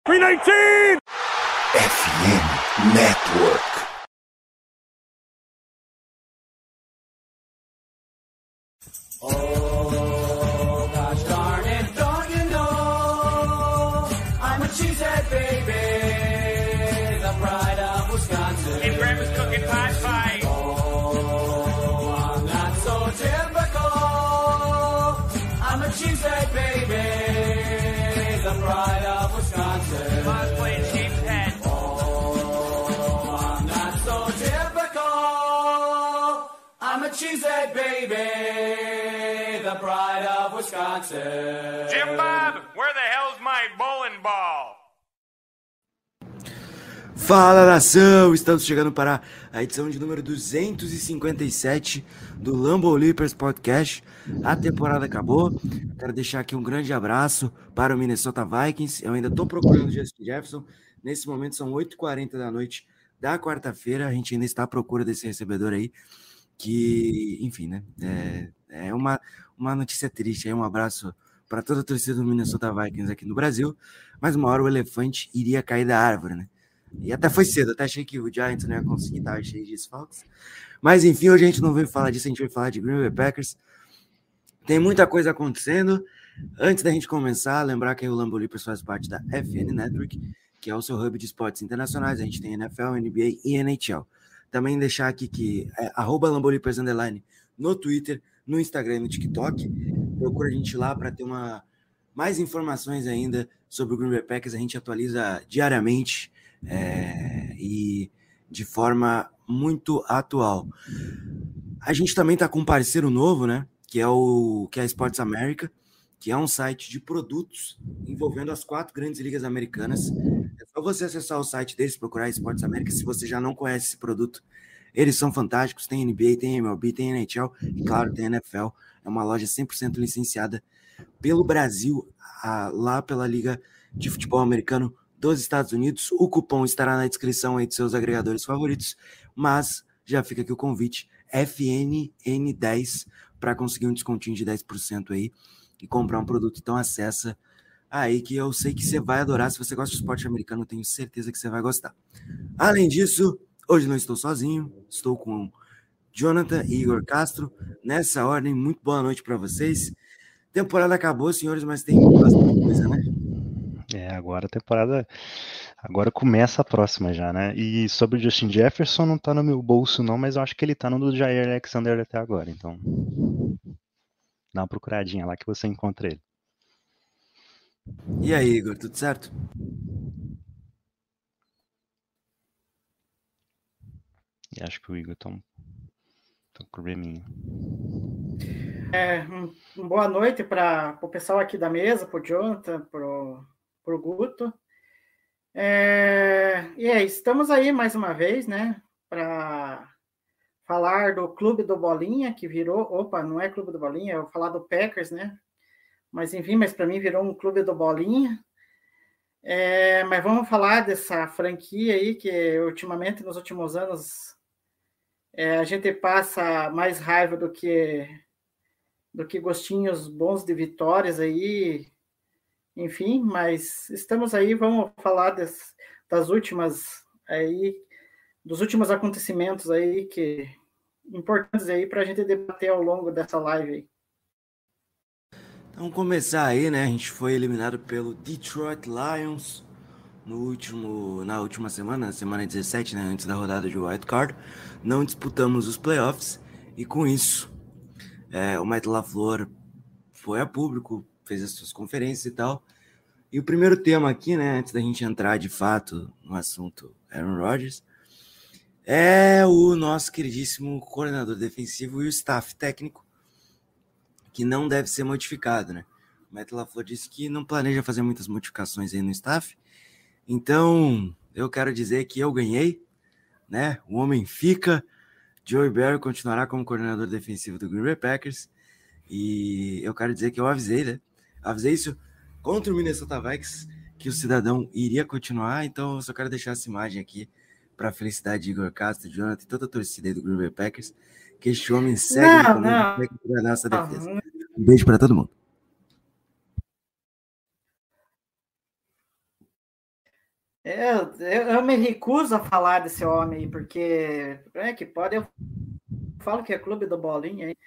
319! FM Network. Oh, gosh darn it, don't you know? I'm a cheesehead baby, the pride of Wisconsin. And Grandma's cooking pot pie. Oh, I'm not so typical. I'm a cheesehead baby, the pride of Wisconsin. Mom's playing sheep's head. Oh, I'm not so typical. I'm a cheesehead baby, the pride of Wisconsin. Jim Bob, where the hell's my bowling ball? Fala, nação! Estamos chegando para a edição de número 257 do Lambeau Leapers Podcast. A temporada acabou. Quero deixar aqui um grande abraço para o Minnesota Vikings. Eu ainda estou procurando o Justin Jefferson. Nesse momento são 8h40 da noite da quarta-feira. A gente ainda está à procura desse recebedor aí. Que, enfim, né? É uma notícia triste. Aí um abraço para toda a torcida do Minnesota Vikings aqui no Brasil. Mas uma hora o elefante iria cair da árvore, né? E até foi cedo, até achei que o Giants não ia conseguir estar cheio de desfalques. Mas enfim, hoje a gente não veio falar disso, a gente vai falar de Green Bay Packers. Tem muita coisa acontecendo. Antes da gente começar, lembrar que o Lambeau Leapers faz parte da FN Network, que é o seu hub de esportes internacionais. A gente tem NFL, NBA e NHL. Também deixar aqui que é @Lambeau Leapers _ no Twitter, no Instagram e no TikTok. Procura a gente lá para ter mais informações ainda sobre o Green Bay Packers. A gente atualiza diariamente. E de forma muito atual. A gente também está com um parceiro novo, né? Que é a Sports America, que é um site de produtos envolvendo as 4 grandes ligas americanas. É só você acessar o site deles, procurar Sports America. Se você já não conhece esse produto, eles são fantásticos. Tem NBA, tem MLB, tem NHL e, claro, tem NFL. É uma loja 100% licenciada pelo Brasil, lá pela Liga de Futebol Americano dos Estados Unidos. O cupom estará na descrição aí de seus agregadores favoritos, mas já fica aqui o convite, FNN10, para conseguir um descontinho de 10% aí e comprar um produto. Então acessa aí, que eu sei que você vai adorar. Se você gosta de esporte americano, eu tenho certeza que você vai gostar. Além disso, hoje não estou sozinho, estou com Jonathan e Igor Castro. Nessa ordem, muito boa noite para vocês. Temporada acabou, senhores, mas tem bastante coisa, né? Agora a temporada. Agora começa a próxima já, né? E sobre o Justin Jefferson, não tá no meu bolso, não, mas eu acho que ele tá no do Jair Alexander até agora. Então, dá uma procuradinha lá que você encontra ele. E aí, Igor, tudo certo? E acho que o Igor tá com probleminha. Boa noite para o pessoal aqui da mesa, para o Jonathan, para o Guto. Estamos aí mais uma vez, né, para falar do Clube do Bolinha, que virou... Opa, não é Clube do Bolinha, eu vou falar do Packers, né? Mas enfim, para mim virou um Clube do Bolinha. Mas vamos falar dessa franquia aí, que ultimamente, nos últimos anos, a gente passa mais raiva do que gostinhos bons de vitórias aí, enfim, mas estamos aí, vamos falar das últimas aí, dos últimos acontecimentos aí que importantes aí para a gente debater ao longo dessa live aí. Então, vamos começar aí, né? A gente foi eliminado pelo Detroit Lions na última semana, na semana 17, né? Antes da rodada de Wild Card. Não disputamos os playoffs e com isso o Matt LaFleur foi a público, fez as suas conferências e tal. E o primeiro tema aqui, né, antes da gente entrar de fato no assunto Aaron Rodgers, é o nosso queridíssimo coordenador defensivo e o staff técnico, que não deve ser modificado, né? O Matt LaFleur disse que não planeja fazer muitas modificações aí no staff. Então, eu quero dizer que eu ganhei, né? O homem fica. Joey Barry continuará como coordenador defensivo do Green Bay Packers. E eu quero dizer que eu avisei, né? Avisei isso contra o Minnesota Vikings, que o cidadão iria continuar. Então eu só quero deixar essa imagem aqui para a felicidade de Igor Castro, Jonathan e toda a torcida aí do Green Bay Packers, que este homem segue no comando técnico da nossa defesa. Um beijo para todo mundo. Eu me recuso a falar desse homem aí, porque que pode, eu falo que é clube do Bolinha aí.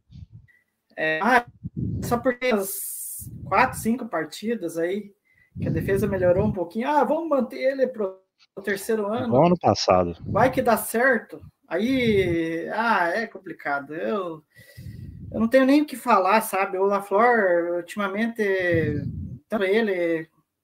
Só porque as 4, 5 partidas aí que a defesa melhorou um pouquinho, vamos manter ele pro terceiro ano. Igual ano passado. Vai que dá certo. Aí, é complicado. Eu não tenho nem o que falar, sabe? O LaFleur, ultimamente, tanto ele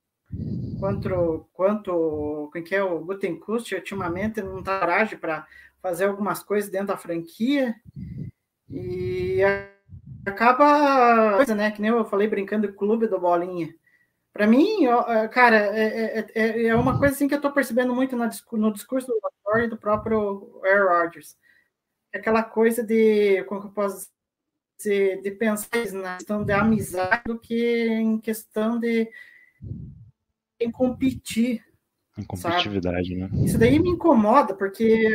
quanto quem que é o Gutenkust, ultimamente não tá coragem para fazer algumas coisas dentro da franquia e acaba coisa, né? Que nem eu falei brincando do clube do Bolinha. Para mim, cara, é uma coisa assim que eu tô percebendo muito no discurso do LaFleur e do próprio Aaron Rodgers. Aquela coisa de, como que eu posso dizer, de pensar na questão de amizade do que em questão de em competir. Em competitividade, sabe? Né? Isso daí me incomoda, porque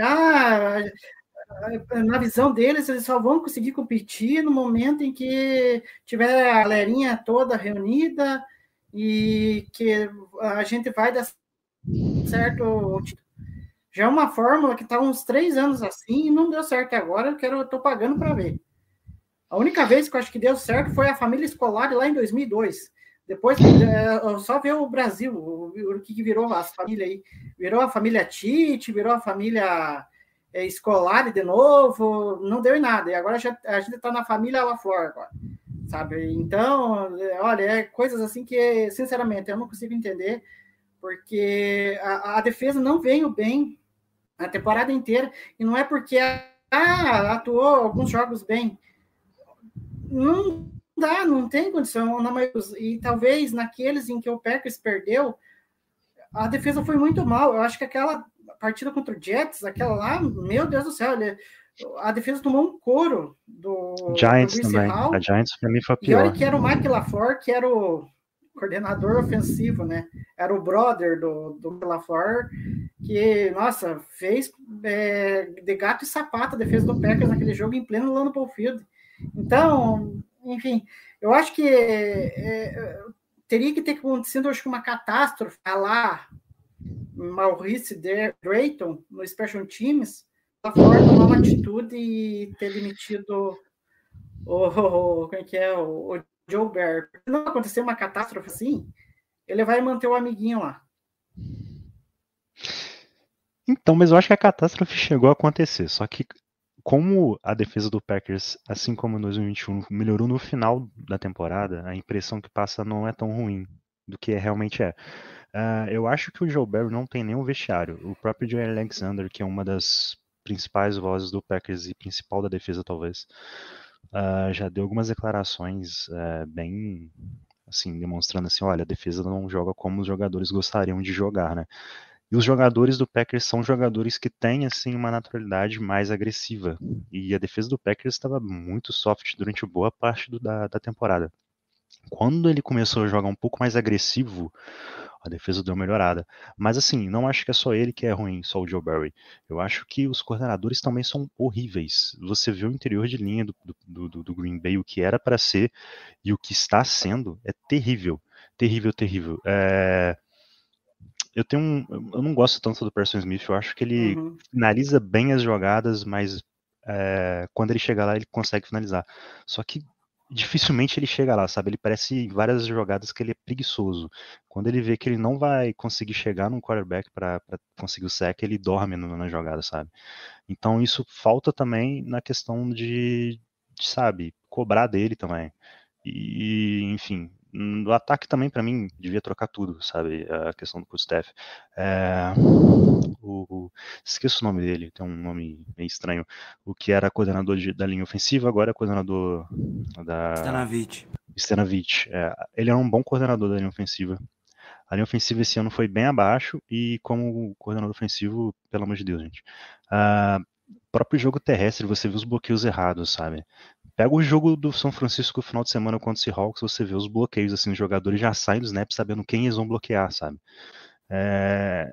na visão deles, eles só vão conseguir competir no momento em que tiver a galerinha toda reunida e que a gente vai dar certo. Já é uma fórmula que está uns 3 anos assim e não deu certo agora, eu estou pagando para ver. A única vez que eu acho que deu certo foi a família escolar lá em 2002. Depois, só ver o Brasil, o que virou as famílias aí. Virou a família Tite, virou a família escolar de novo, não deu em nada. E agora a gente está na família LaFleur agora, sabe? Então, olha, coisas assim que, sinceramente, eu não consigo entender, porque a defesa não veio bem a temporada inteira, e não é porque atuou alguns jogos bem. Não dá, não tem condição. E talvez naqueles em que o Packers perdeu, a defesa foi muito mal. Eu acho que aquela partida contra o Jets, aquela lá, meu Deus do céu, a defesa tomou um couro do Giants do também. Hall, a Giants para mim foi a e pior. olha que era o Mike LaFleur, que era o coordenador ofensivo, né? Era o brother do LaFleur, que, nossa, fez de gato e sapato a defesa do Packers naquele jogo em pleno Lambeau Field. Então, enfim, eu acho que teria que ter acontecido, acho que uma catástrofe lá, Maurice Drayton no Special Teams, a fora tomar uma atitude e ter demitido o Joe Barry. Se não acontecer uma catástrofe assim, ele vai manter o amiguinho lá. Então, mas eu acho que a catástrofe chegou a acontecer, só que como a defesa do Packers, assim como em 2021, melhorou no final da temporada, a impressão que passa não é tão ruim do que realmente é. Eu acho que o Joe Barry não tem nenhum vestiário. O próprio Jair Alexander, que é uma das principais vozes do Packers e principal da defesa, talvez, já deu algumas declarações bem, assim, demonstrando assim, olha, a defesa não joga como os jogadores gostariam de jogar, né? E os jogadores do Packers são jogadores que têm, assim, uma naturalidade mais agressiva. E a defesa do Packers estava muito soft durante boa parte da temporada. Quando ele começou a jogar um pouco mais agressivo, a defesa deu uma melhorada. Mas, assim, não acho que é só ele que é ruim, só o Joe Barry. Eu acho que os coordenadores também são horríveis. Você vê o interior de linha do Green Bay, o que era para ser e o que está sendo, é terrível. Terrível, terrível. Eu não gosto tanto do Preston Smith, eu acho que ele finaliza bem as jogadas, mas quando ele chega lá, ele consegue finalizar. Só que dificilmente ele chega lá, sabe? Ele parece em várias jogadas que ele é preguiçoso. Quando ele vê que ele não vai conseguir chegar num quarterback para conseguir o sack, ele dorme na jogada, sabe? Então isso falta também na questão de sabe, cobrar dele também. E, enfim, no ataque também, para mim, devia trocar tudo, sabe? A questão do staff. Esqueço o nome dele, tem um nome meio estranho. O que era coordenador da linha ofensiva, agora é coordenador da... Stenavich. Ele era um bom coordenador da linha ofensiva. A linha ofensiva esse ano foi bem abaixo e como coordenador ofensivo, pelo amor de Deus, gente. Próprio jogo terrestre, você vê os bloqueios errados, sabe? Pega o jogo do São Francisco no final de semana contra o Seahawks, você vê os bloqueios, assim, os jogadores já saem do snap sabendo quem eles vão bloquear, sabe?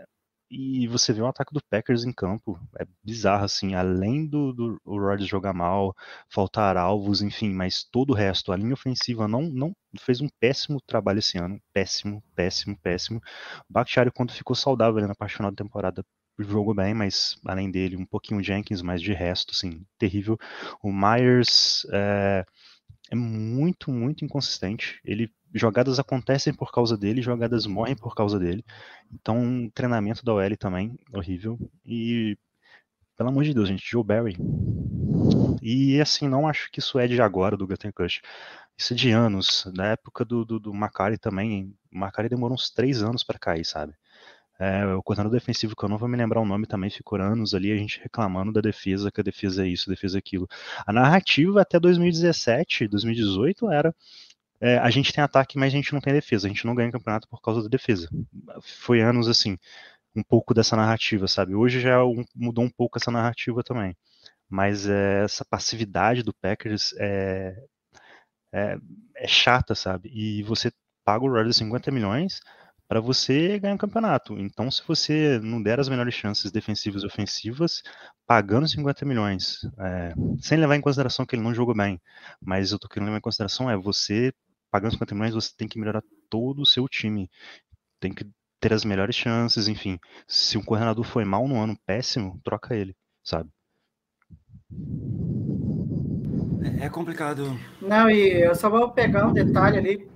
E você vê o ataque do Packers em campo, é bizarro, assim, além do Rodgers jogar mal, faltar alvos, enfim, mas todo o resto, a linha ofensiva não fez um péssimo trabalho esse ano, péssimo. O Bakhtiari, quando ficou saudável ali na parte final da temporada, jogou bem, mas além dele, um pouquinho o Jenkins, mas de resto, assim, terrível. O Myers é muito inconsistente, jogadas acontecem por causa dele, jogadas morrem por causa dele. Então, o treinamento da OL também, horrível. E, pelo amor de Deus, gente, Joe Barry. E, assim, não acho que isso é de agora, do Gutekunst. Isso é de anos. Da época do Macari também. O Macari demorou uns 3 anos para cair, sabe? O coordenador defensivo, que eu não vou me lembrar o nome, também ficou anos ali, a gente reclamando da defesa, que a defesa é isso, a defesa é aquilo. A narrativa até 2017, 2018 era a gente tem ataque, mas a gente não tem defesa. A gente não ganha campeonato por causa da defesa. Foi anos, assim, um pouco dessa narrativa, sabe? Hoje já mudou um pouco essa narrativa também. Mas essa passividade do Packers é chata, sabe? E você paga o Rodgers 50 milhões para você ganhar um campeonato. Então, se você não der as melhores chances defensivas e ofensivas, pagando 50 milhões, sem levar em consideração que ele não jogou bem, mas eu tô querendo levar em consideração você pagando 50 milhões, você tem que melhorar todo o seu time. Tem que ter as melhores chances, enfim. Se um coordenador foi mal no ano, péssimo, troca ele, sabe? É complicado. Não, e eu só vou pegar um detalhe ali.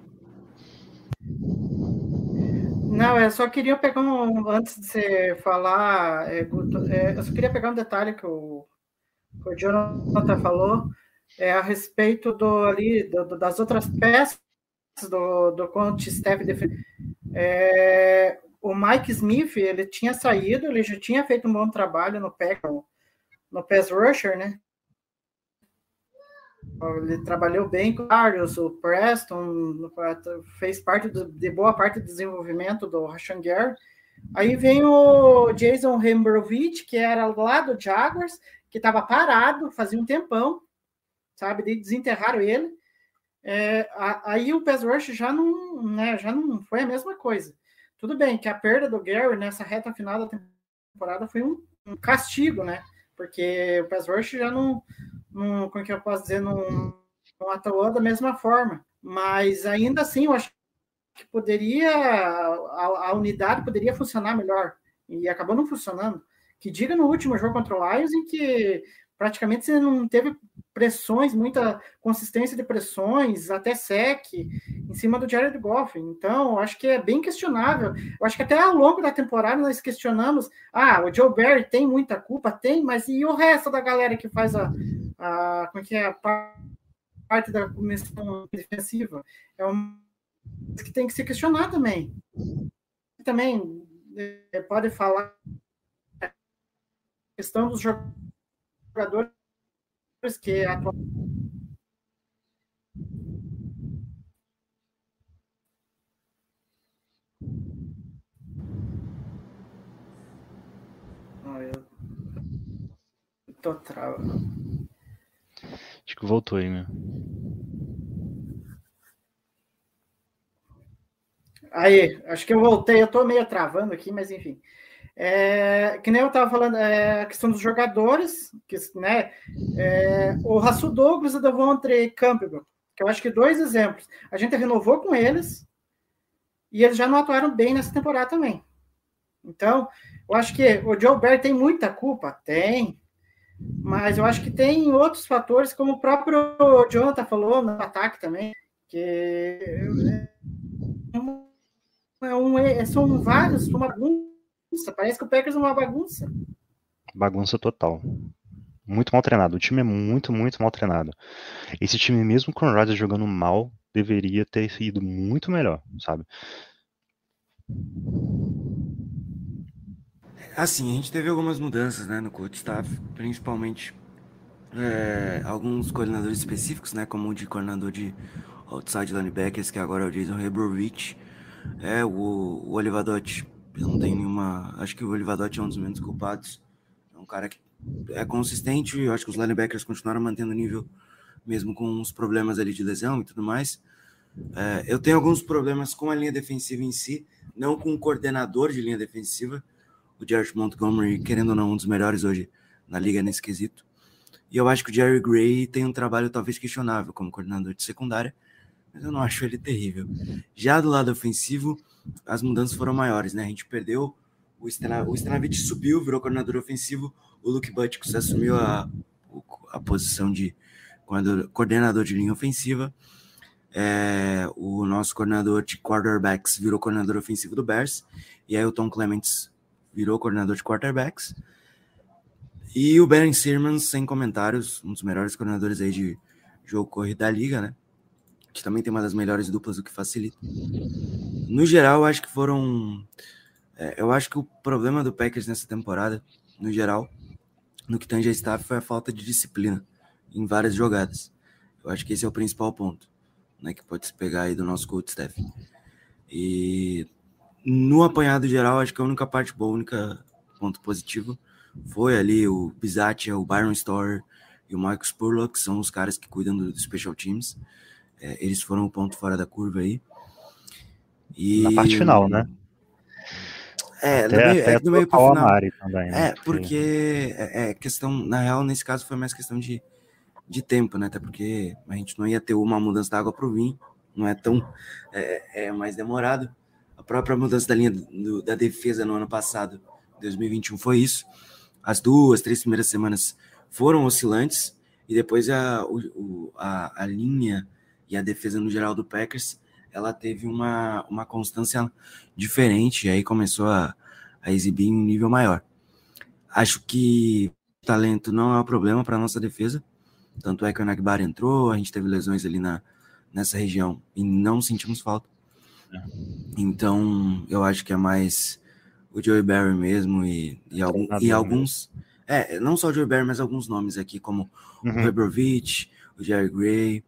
Não, eu só queria pegar antes de você falar, Guto, eu só queria pegar um detalhe que o Jonathan falou, a respeito das outras peças do coach Steph. O Mike Smith, ele tinha saído, ele já tinha feito um bom trabalho no pass rusher, né? Ele trabalhou bem com o Arius, o Preston, fez de boa parte do desenvolvimento do Rashan Gary. Aí vem o Jason Hembrovich, que era lá do Jaguars, que estava parado, fazia um tempão, sabe? Desenterraram ele. Aí o pass rush já não foi a mesma coisa. Tudo bem que a perda do Gary nessa reta final da temporada foi um castigo, né? Porque o pass rush já não como é que eu posso dizer, não atuou da mesma forma. Mas ainda assim, eu acho que a unidade poderia funcionar melhor. E acabou não funcionando. Que diga no último jogo contra o Lions, em que praticamente você não teve pressões, muita consistência de pressões, até sec, em cima do Jared Goff. Então, acho que é bem questionável. Eu acho que até ao longo da temporada nós questionamos, o Joe Barry tem muita culpa? Tem, mas e o resto da galera que faz a parte da comissão defensiva? É que tem que se questionar também. Também pode falar a questão dos jogadores que atuam. Eu tô travando. Acho que voltou aí, né? Aí, acho que eu voltei, eu tô meio travando aqui, mas enfim. Que nem eu estava falando, a questão dos jogadores, né? O Rasul Douglas e o Devontae Campbell, que eu acho que 2 exemplos. A gente renovou com eles e eles já não atuaram bem nessa temporada também. Então, eu acho que o Joe Barry tem muita culpa? Tem. Mas eu acho que tem outros fatores, como o próprio Jonathan falou no ataque também, que são vários, uma bagunça. Parece que o Packers é uma bagunça. Bagunça total. Muito mal treinado. O time é muito mal treinado. Esse time, mesmo com o Rodgers jogando mal, deveria ter ido muito melhor, sabe? Assim, a gente teve algumas mudanças, né, no coach staff, principalmente alguns coordenadores específicos, né, como o de coordenador de outside linebackers, que agora é o Jason Hebrovich, o Olivadotti. Eu não tenho nenhuma... Acho que o Olivadotti é um dos menos culpados. É um cara que é consistente. Eu acho que os linebackers continuaram mantendo o nível, mesmo com os problemas ali de lesão e tudo mais. Eu tenho alguns problemas com a linha defensiva em si, não com o coordenador de linha defensiva. o Jarrett Montgomery, querendo ou não, um dos melhores hoje na liga nesse quesito. E eu acho que o Jerry Gray tem um trabalho talvez questionável como coordenador de secundária, mas eu não acho ele terrível. Já do lado ofensivo, as mudanças foram maiores, né? A gente perdeu, o Stanavich subiu, virou coordenador ofensivo, o Luke Butkus assumiu a posição de coordenador de linha ofensiva, o nosso coordenador de quarterbacks virou coordenador ofensivo do Bears, e aí o Tom Clements virou coordenador de quarterbacks, e o Ben Simmons, sem comentários, um dos melhores coordenadores aí de jogo corrido da liga, né? Que também tem uma das melhores duplas, o que facilita. No geral, eu acho que foram... eu acho que o problema do Packers nessa temporada, no geral, no que tange a staff, foi a falta de disciplina em várias jogadas. Eu acho que esse é o principal ponto, né, que pode se pegar aí do nosso coach staff. E no apanhado geral, acho que a única parte boa, o único ponto positivo foi ali o Bisaccia, o Byron Storer e o Michael Spurlock, que são os caras que cuidam do Special Teams. Eles foram o ponto fora da curva aí. E... na parte final, né? Até do meio pro final. Também, né? Porque questão, na real, nesse caso foi mais questão de tempo, né? Até porque a gente não ia ter uma mudança da água pro vinho, não é tão mais demorado. A própria mudança da linha da defesa no ano passado, 2021, foi isso. As 2-3 primeiras semanas foram oscilantes, e depois a linha e a defesa no geral do Packers, ela teve uma constância diferente, e aí começou a exibir em um nível maior. Acho que o talento não é o problema para a nossa defesa, tanto é que o Nagbar entrou, a gente teve lesões ali nessa região e não sentimos falta. Então, eu acho que é mais o Joey Barry mesmo e alguns... não só o Joey Barry, mas alguns nomes aqui, como o Hebrovich, o Jerry Gray,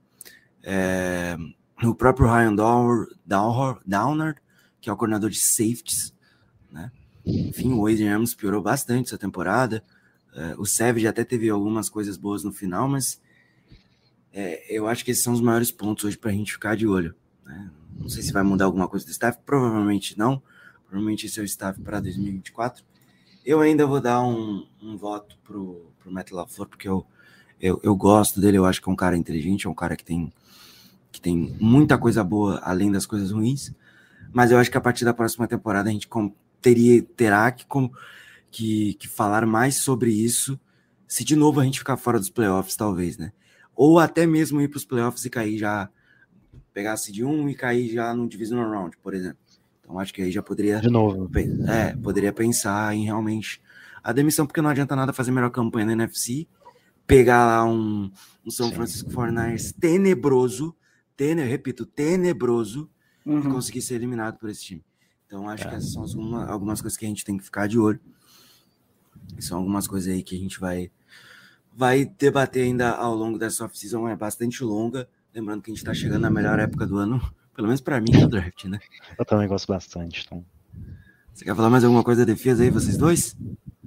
o próprio Ryan Downard, que é o coordenador de safeties, né? Enfim, o Adrian Amos piorou bastante essa temporada. O Savage até teve algumas coisas boas no final, mas eu acho que esses são os maiores pontos hoje para a gente ficar de olho, né? Não sei se vai mudar alguma coisa do staff, provavelmente não. Provavelmente esse é o staff para 2024. Eu ainda vou dar um voto pro Matt LaFleur, porque eu gosto dele, eu acho que é um cara inteligente, é um cara que tem muita coisa boa além das coisas ruins, mas eu acho que a partir da próxima temporada a gente terá que falar mais sobre isso, se de novo a gente ficar fora dos playoffs, talvez, né? Ou até mesmo ir para os playoffs e cair já, pegar a seed 1 e cair já no Divisional Round, por exemplo. Então acho que aí já poderia... de novo. Poderia pensar em realmente a demissão, porque não adianta nada fazer melhor campanha na NFC, pegar lá um São Francisco 49ers tenebroso, tenebroso, e conseguir ser eliminado por esse time. Então acho que essas são algumas coisas que a gente tem que ficar de olho. São algumas coisas aí que a gente vai debater ainda ao longo dessa off-season, é bastante longa. Lembrando que a gente está chegando na melhor época do ano, pelo menos para mim, que é o draft, né? Eu também gosto bastante. Então. Você quer falar mais alguma coisa da defesa aí, vocês dois?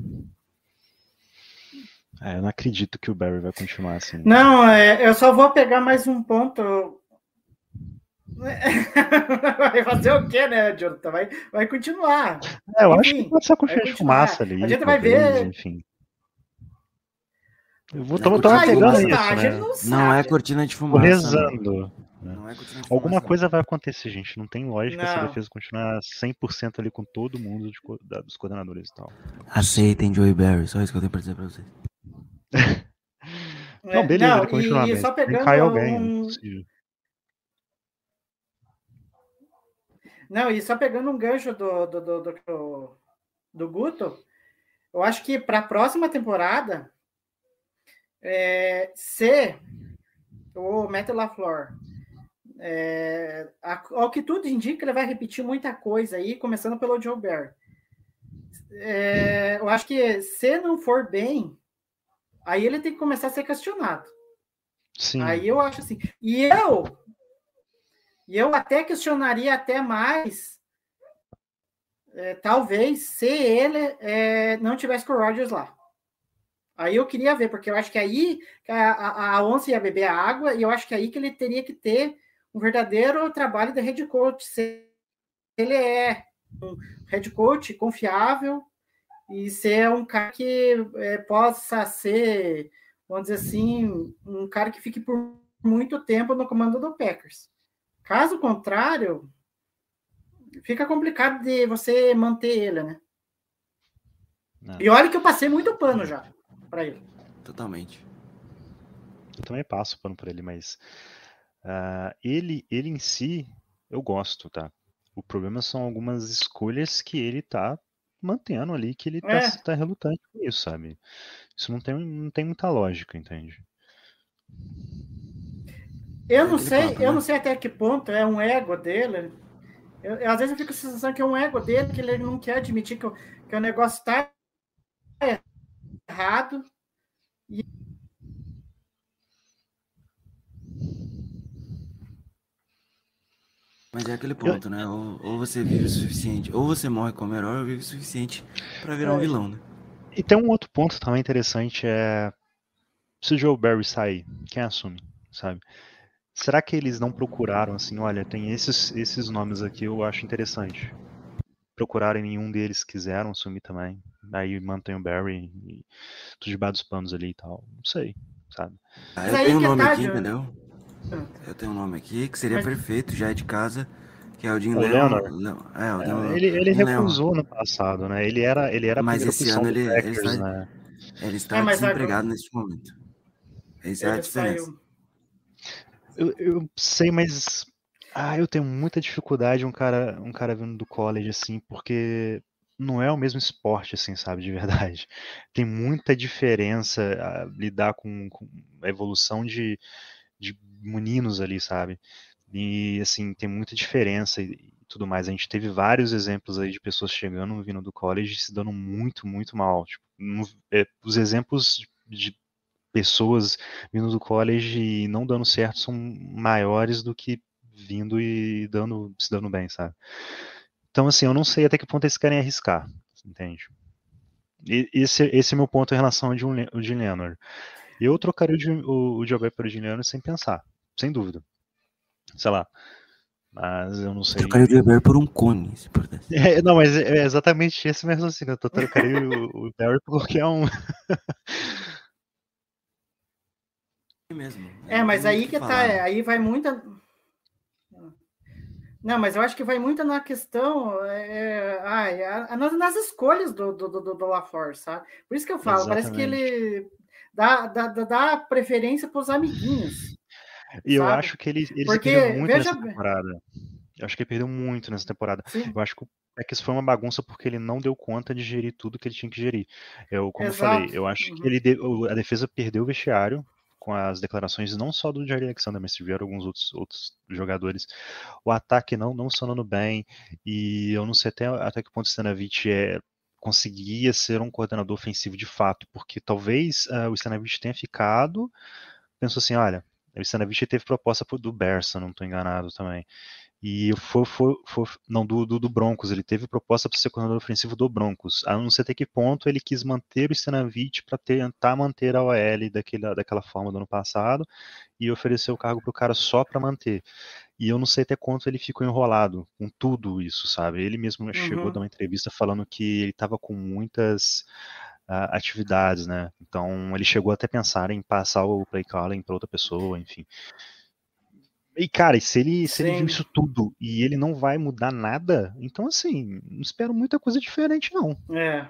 Eu não acredito que o Barry vai continuar assim. Não, eu só vou pegar mais um ponto. Vai fazer o quê, né, Jonathan? Vai continuar. Eu acho que pode ser a cortina de fumaça ali. A gente vai ver. Enfim. Eu vou tomar pegando isso, né? Não é cortina de fumaça. Rezando. Não é cortina de alguma fumaça, coisa vai acontecer, gente. Não tem lógica se a defesa continuar 100% ali com todo mundo dos coordenadores e tal. Aceitem Joey Barry, só isso que eu tenho pra dizer pra vocês. Não, beleza, ele continua e só pegando cai alguém, Não, e só pegando um gancho do Guto, eu acho que para a próxima temporada, se o Matt LaFleur, ao que tudo indica, ele vai repetir muita coisa aí, começando pelo Joe Barry. Eu acho que se não for bem, aí ele tem que começar a ser questionado. Sim. Aí eu acho assim. E eu até questionaria até mais, talvez, se ele não tivesse com o Rodgers lá. Aí eu queria ver, porque eu acho que aí a onça ia beber a água, e eu acho que aí que ele teria que ter um verdadeiro trabalho de head coach. Se ele é um head coach confiável, e ser um cara que possa ser, vamos dizer assim, um cara que fique por muito tempo no comando do Packers. Caso contrário, fica complicado de você manter ele, né? E olha que eu passei muito pano já para ele. Totalmente. Eu também passo pano por ele, mas ele em si, eu gosto, tá? O problema são algumas escolhas que ele tá mantendo ali, que ele tá relutante com isso, sabe? Isso não tem muita lógica, entende? Eu não sei até que ponto é um ego dele. Às vezes eu fico com a sensação que é um ego dele, que ele não quer admitir que o negócio está errado. Mas é aquele ponto, né? Ou você vive o suficiente, ou você morre como herói, ou vive o suficiente pra virar um vilão, né? E tem um outro ponto também interessante, se o Joe Barry sair, quem assume, sabe? Será que eles não procuraram assim, olha, tem esses nomes aqui, eu acho interessante. Procuraram e nenhum deles quiseram assumir também. Aí mantém o Barry e tudo debaixo dos panos ali e tal. Não sei, sabe? Eu tenho um nome aqui, entendeu? Eu tenho um nome aqui que seria perfeito, já é de casa, que é o Jim Leonard. Ele recusou no passado, né? Ele era a mas primeira esse opção ano do Packers, né? Ele está desempregado neste momento. Essa é a diferença. Eu sei, mas eu tenho muita dificuldade um cara vindo do college assim, porque não é o mesmo esporte, assim, sabe, de verdade. Tem muita diferença lidar com a evolução de meninos ali, sabe? E, assim, tem muita diferença e tudo mais. A gente teve vários exemplos aí de pessoas chegando, vindo do college e se dando muito, muito mal. Tipo, os exemplos de pessoas vindo do college e não dando certo são maiores do que vindo e se dando bem, sabe? Então, assim, eu não sei até que ponto eles querem arriscar, entende? Esse é meu ponto em relação ao Jim Leonard. Eu trocaria o Joe Barry pelo Jim Leonard sem pensar, sem dúvida. Sei lá. Mas eu não sei. Eu trocaria o Joe Barry por um cone, se pudesse. Não, mas é exatamente esse mesmo assim. Eu trocaria o Barry porque é um. Mesmo. Mas aí que tá, aí vai muita. Não, mas eu acho que vai muito na questão nas escolhas do LaFleur, sabe? Por isso que eu falo, parece que ele dá preferência para os amiguinhos. E eu acho que ele perdeu muito nessa temporada. Eu acho que ele perdeu muito nessa temporada. Sim. Eu acho que isso foi uma bagunça porque ele não deu conta de gerir tudo que ele tinha que gerir. Como Exato. eu falei, eu acho que a defesa perdeu o vestiário com as declarações não só do Jair Alexander, mas tiveram alguns outros jogadores. O ataque não funcionando bem, e eu não sei até que ponto o Stanavich conseguia ser um coordenador ofensivo de fato, porque talvez o Stanavich tenha pensou assim, olha, o Stanavich teve proposta do Bears, se eu não estou enganado também. E não, do Broncos, ele teve proposta para ser coordenador ofensivo do Broncos. A não sei até que ponto ele quis manter o Stanavich para tentar manter a OL daquela forma do ano passado e oferecer o cargo para o cara só para manter. E eu não sei até quanto ele ficou enrolado com tudo isso, sabe? Ele mesmo chegou a dar uma entrevista falando que ele estava com muitas atividades, né? Então ele chegou até a pensar em passar o play calling para outra pessoa, enfim. E, cara, se ele viu isso tudo e ele não vai mudar nada, então, assim, não espero muita coisa diferente, não.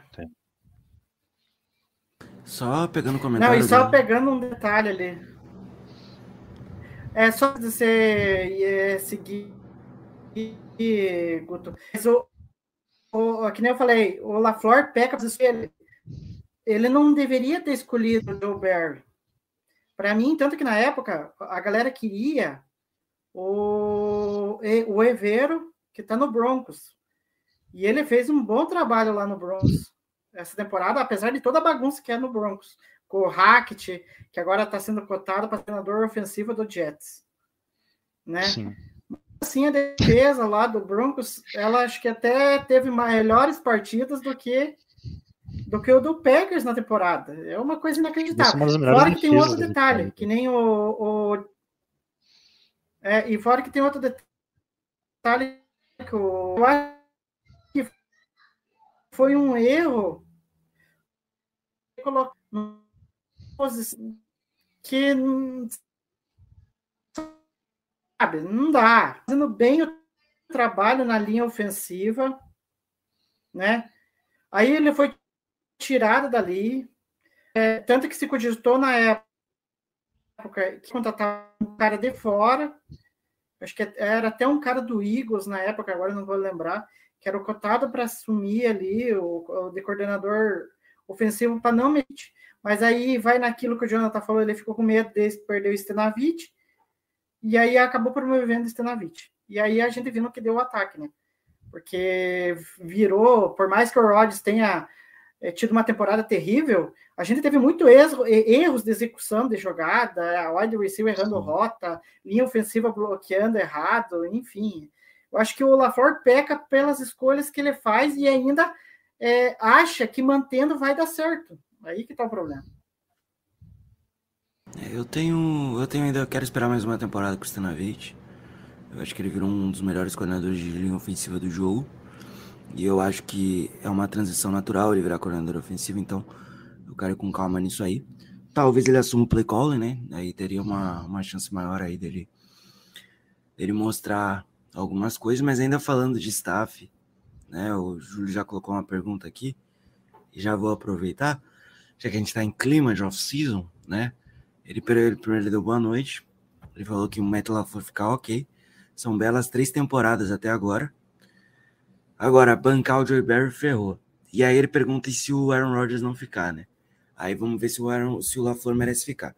Só pegando o comentário. Não, e só pegando um detalhe ali. É só você seguir, Guto. Mas que nem eu falei, o LaFleur peca ele não deveria ter escolhido o Joe Barry. Para mim, tanto que na época a galera queria o Evero, que está no Broncos. E ele fez um bom trabalho lá no Broncos essa temporada, apesar de toda a bagunça que é no Broncos. Com o Hackett, que agora está sendo cotado para treinador ofensivo do Jets. Né? Sim. Assim, a defesa lá do Broncos, ela acho que até teve melhores partidas do que o do Packers na temporada. É uma coisa inacreditável. Fora que tem um outro detalhe, que nem e fora que tem outro detalhe que eu acho que foi um erro colocar numa posição que sabe, não dá. Fazendo bem o trabalho na linha ofensiva, né? Aí ele foi tirado dali, tanto que se cogitou na época que contratava um cara de fora, acho que era até um cara do Eagles na época, agora não vou lembrar, que era o cotado para assumir ali o de coordenador ofensivo para não meter. Mas aí vai naquilo que o Jonathan falou, ele ficou com medo de perder o Stenavich, e aí acabou promovendo o Stenavich. E aí a gente viu no que deu o ataque, né? Porque virou, por mais que o Rodgers tenha tido uma temporada terrível, a gente teve muito erros de execução de jogada, wide receiver errando rota, linha ofensiva bloqueando errado, enfim. Eu acho que o LaFleur peca pelas escolhas que ele faz e ainda acha que mantendo vai dar certo. Aí que tá o problema. Eu quero esperar mais uma temporada com o Stenavich. Eu acho que ele virou um dos melhores coordenadores de linha ofensiva do jogo. E eu acho que é uma transição natural ele virar coordenador ofensivo, então eu quero ir com calma nisso aí. Talvez ele assuma o play calling, né? Aí teria uma chance maior aí dele mostrar algumas coisas, mas ainda falando de staff, né? O Júlio já colocou uma pergunta aqui e já vou aproveitar, já que a gente tá em clima de off-season, né? Ele primeiro deu boa noite, ele falou que o Matt LaFleur ficar ok. São belas 3 temporadas até agora. Agora, bancar o Joey Barry ferrou. E aí ele pergunta se o Aaron Rodgers não ficar, né? Aí vamos ver se o LaFleur merece ficar.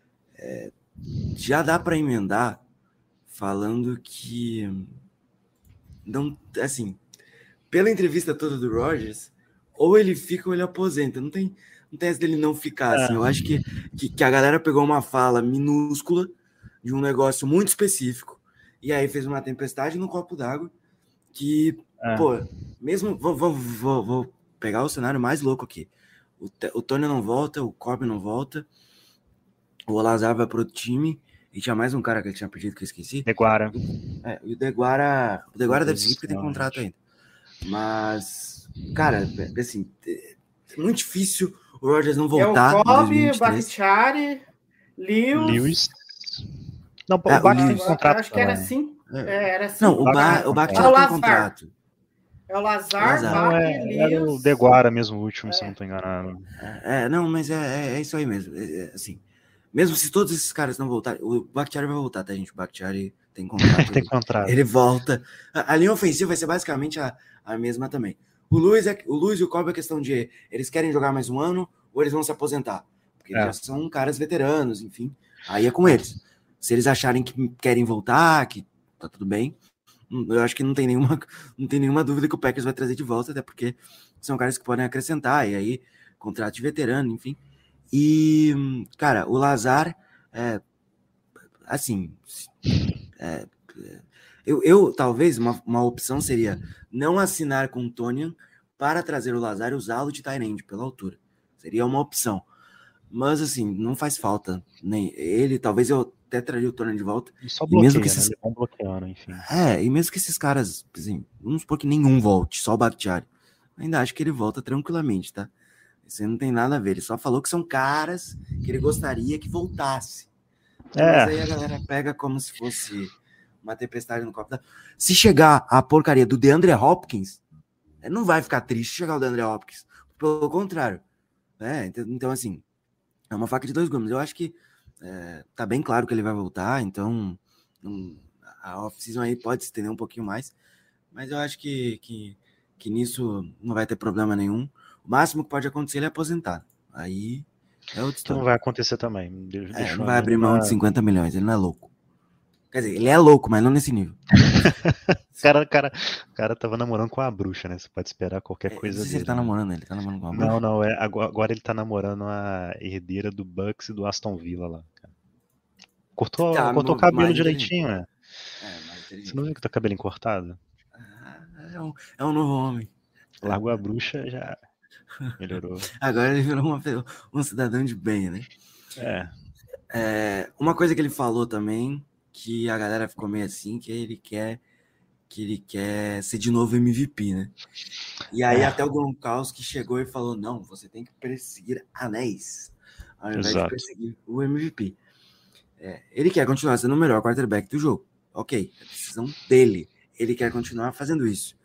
Já dá para emendar falando que não, assim, pela entrevista toda do Rodgers, ou ele fica ou ele aposenta. Não tem essa dele não ficar, assim. Eu acho que a galera pegou uma fala minúscula de um negócio muito específico e aí fez uma tempestade no copo d'água que, pô, mesmo... Vou pegar o cenário mais louco aqui. O Tony não volta, o Corbin não volta, o Olazar vai pro outro time e tinha mais um cara que ele tinha pedido que eu esqueci. Deguara. E o Deguara deve seguir porque tem contrato ainda. Mas, cara, assim, é muito difícil o Rodgers não voltar. É o Cobb, o Bakhtiari, Lewis. Não, o Bach tem contrato. Acho que era assim. Era assim. Não, o Bakhtiari tem contrato. É o Lazar, Lewis. Era o Deguara mesmo, o último, se eu não estou enganado. Não, mas é isso aí mesmo. Assim, mesmo se todos esses caras não voltarem, o Bakhtiari vai voltar, tá, gente? O Bakhtiari tem contrato. Tem contrato. Ele volta. A linha ofensiva vai ser basicamente a mesma também. O Luiz e o Cobb é questão de eles querem jogar mais um ano ou eles vão se aposentar. Porque eles já são caras veteranos, enfim. Aí é com eles. Se eles acharem que querem voltar, que tá tudo bem, eu acho que não tem nenhuma dúvida que o Packers vai trazer de volta, até porque são caras que podem acrescentar, e aí, contrato de veterano, enfim. E, cara, o Lazar, assim, eu talvez uma opção seria não assinar com o Tonyan para trazer o Lazar e usá-lo de tight end pela altura. Seria uma opção. Mas, assim, não faz falta. Nem ele, talvez eu até traria o Tonyan de volta. E só bloqueia, mesmo que esses... vão bloqueando, enfim. E mesmo que esses caras, assim, vamos supor que nenhum volte, só o Bakhtiari. Ainda acho que ele volta tranquilamente, tá? Isso não tem nada a ver. Ele só falou que são caras que ele gostaria que voltasse. Mas aí a galera pega como se fosse uma tempestade no copo. Se chegar a porcaria do DeAndre Hopkins, não vai ficar triste chegar o DeAndre Hopkins. Pelo contrário. Então, assim, é uma faca de dois gumes. Eu acho que tá bem claro que ele vai voltar, então a off-season aí pode se estender um pouquinho mais, mas eu acho que nisso não vai ter problema nenhum. O máximo que pode acontecer é aposentar. Aí é outra história. Não vai acontecer também. Não vai abrir mão de 50 milhões, ele não é louco. Quer dizer, ele é louco, mas não nesse nível. O cara tava namorando com a bruxa, né? Você pode esperar qualquer coisa dele. Ele tá namorando, ele tá namorando com a bruxa. Não, agora ele tá namorando a herdeira do Bucks e do Aston Villa lá, cara. Cortou o cabelo direitinho, né? Você não viu que tá cabelinho cortado? É um novo homem. Largou a bruxa, já melhorou. Agora ele virou um cidadão de bem, né? Uma coisa que ele falou também, que a galera ficou meio assim, que ele quer que ele quer ser de novo MVP, né? E aí até o Gronkowski chegou e falou, não, você tem que perseguir anéis, ao invés de perseguir o MVP. Ele quer continuar sendo o melhor quarterback do jogo. Ok, é decisão dele. Ele quer continuar fazendo isso.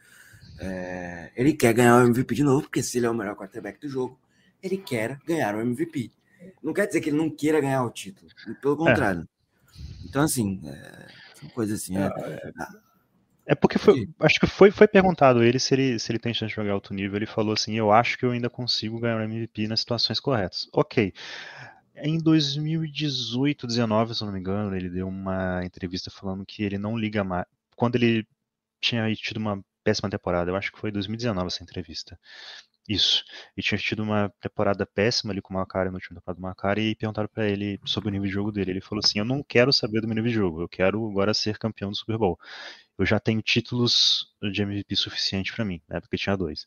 Ele quer ganhar o MVP de novo, porque se ele é o melhor quarterback do jogo, ele quer ganhar o MVP. Não quer dizer que ele não queira ganhar o título. Pelo contrário. Então, assim, são coisas assim. Porque acho que foi perguntado ele se ele tem chance de jogar alto nível. Ele falou assim, eu acho que eu ainda consigo ganhar o MVP nas situações corretas. Ok. Em 2018, 19, se eu não me engano, ele deu uma entrevista falando que ele não liga mais. Quando ele tinha tido uma péssima temporada, eu acho que foi 2019 essa entrevista. Isso. E tinha tido uma temporada péssima ali com o McCarry, no último temporada do McCarry, e perguntaram pra ele sobre o nível de jogo dele. Ele falou assim, eu não quero saber do meu nível de jogo, eu quero agora ser campeão do Super Bowl. Eu já tenho títulos de MVP suficiente pra mim, na época tinha 2.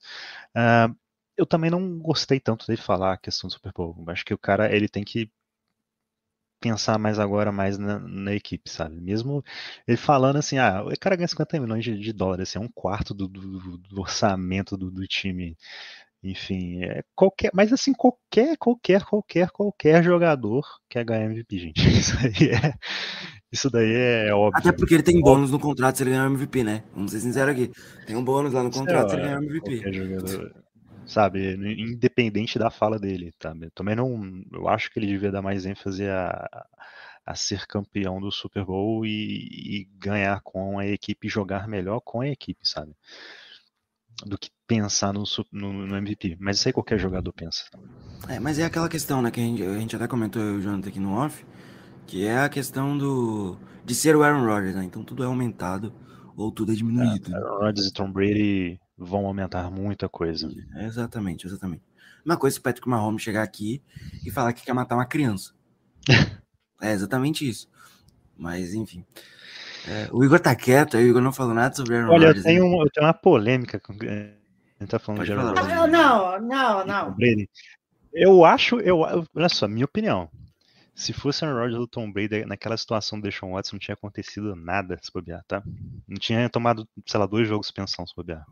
Eu também não gostei tanto dele falar a questão do Super Bowl. Acho que o cara, ele tem que pensar mais agora na equipe, sabe? Mesmo ele falando assim, o cara ganha 50 milhões de dólares, assim, é um quarto do orçamento do time. Enfim, mas assim, qualquer jogador quer ganhar MVP, gente. Isso daí é óbvio. Até porque ele tem bônus no contrato se ele ganhar o MVP, né? Vamos ser sinceros aqui. Tem um bônus lá no contrato se ele ganhar o MVP. Qualquer jogador, sabe, independente da fala dele, sabe? Também eu acho que ele devia dar mais ênfase a ser campeão do Super Bowl e ganhar com a equipe, jogar melhor com a equipe, sabe? Do que pensar no MVP. Mas isso aí qualquer jogador pensa. Mas é aquela questão, né, que a gente até comentou, eu e o Jonathan aqui no off, que é a questão de ser o Aaron Rodgers, né? Então tudo é aumentado ou tudo é diminuído. Aaron Rodgers e Tom Brady vão aumentar muita coisa. Exatamente. Uma coisa se o Patrick Mahomes chegar aqui e falar que quer matar uma criança. É exatamente isso. Mas, enfim. O Igor tá quieto, aí o Igor não falou nada sobre Aaron Rodgers. Olha, eu tenho uma polêmica com... A gente tá falando de Aaron Rodgers. Não. Olha só, minha opinião. Se fosse Aaron Rodgers ou Tom Brady, naquela situação do Deshaun Watson não tinha acontecido nada se bobear, tá? Não tinha tomado, sei lá, 2 jogos de suspensão se bobear.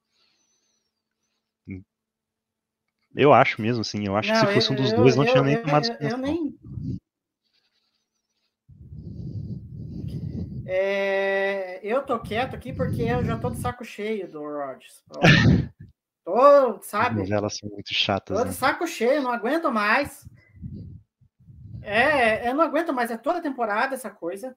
Eu acho mesmo, assim, eu acho que se fosse um dos dois não tinha nem tomado suspensão. Eu tô quieto aqui porque eu já tô de saco cheio do Rodgers. Sabe? Elas são muito chatas. Tô de saco cheio, não aguento mais. Eu não aguento mais, é toda temporada essa coisa.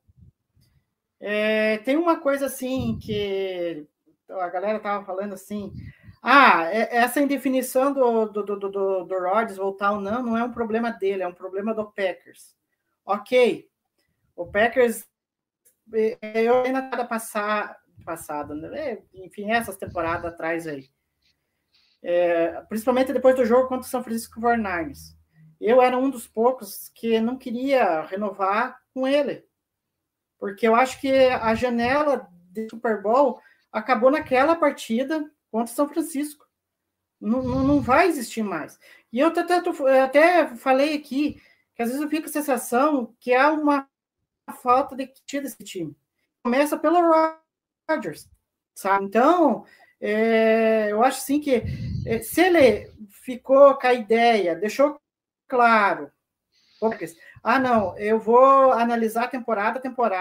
Tem uma coisa assim que a galera tava falando assim, essa indefinição do Rodgers voltar ou não é um problema dele, é um problema do Packers. Ok, o Packers, eu ainda na passada, né? Enfim, essas temporadas atrás aí, principalmente depois do jogo contra o São Francisco 49ers. Eu era um dos poucos que não queria renovar com ele, porque eu acho que a janela de Super Bowl acabou naquela partida contra o São Francisco. Não vai existir mais. E eu até falei aqui que às vezes eu fico com a sensação que há uma falta de equipe desse time. Começa pelo Rodgers, sabe? Então, eu acho assim que se ele ficou com a ideia, deixou claro, não, eu vou analisar temporada,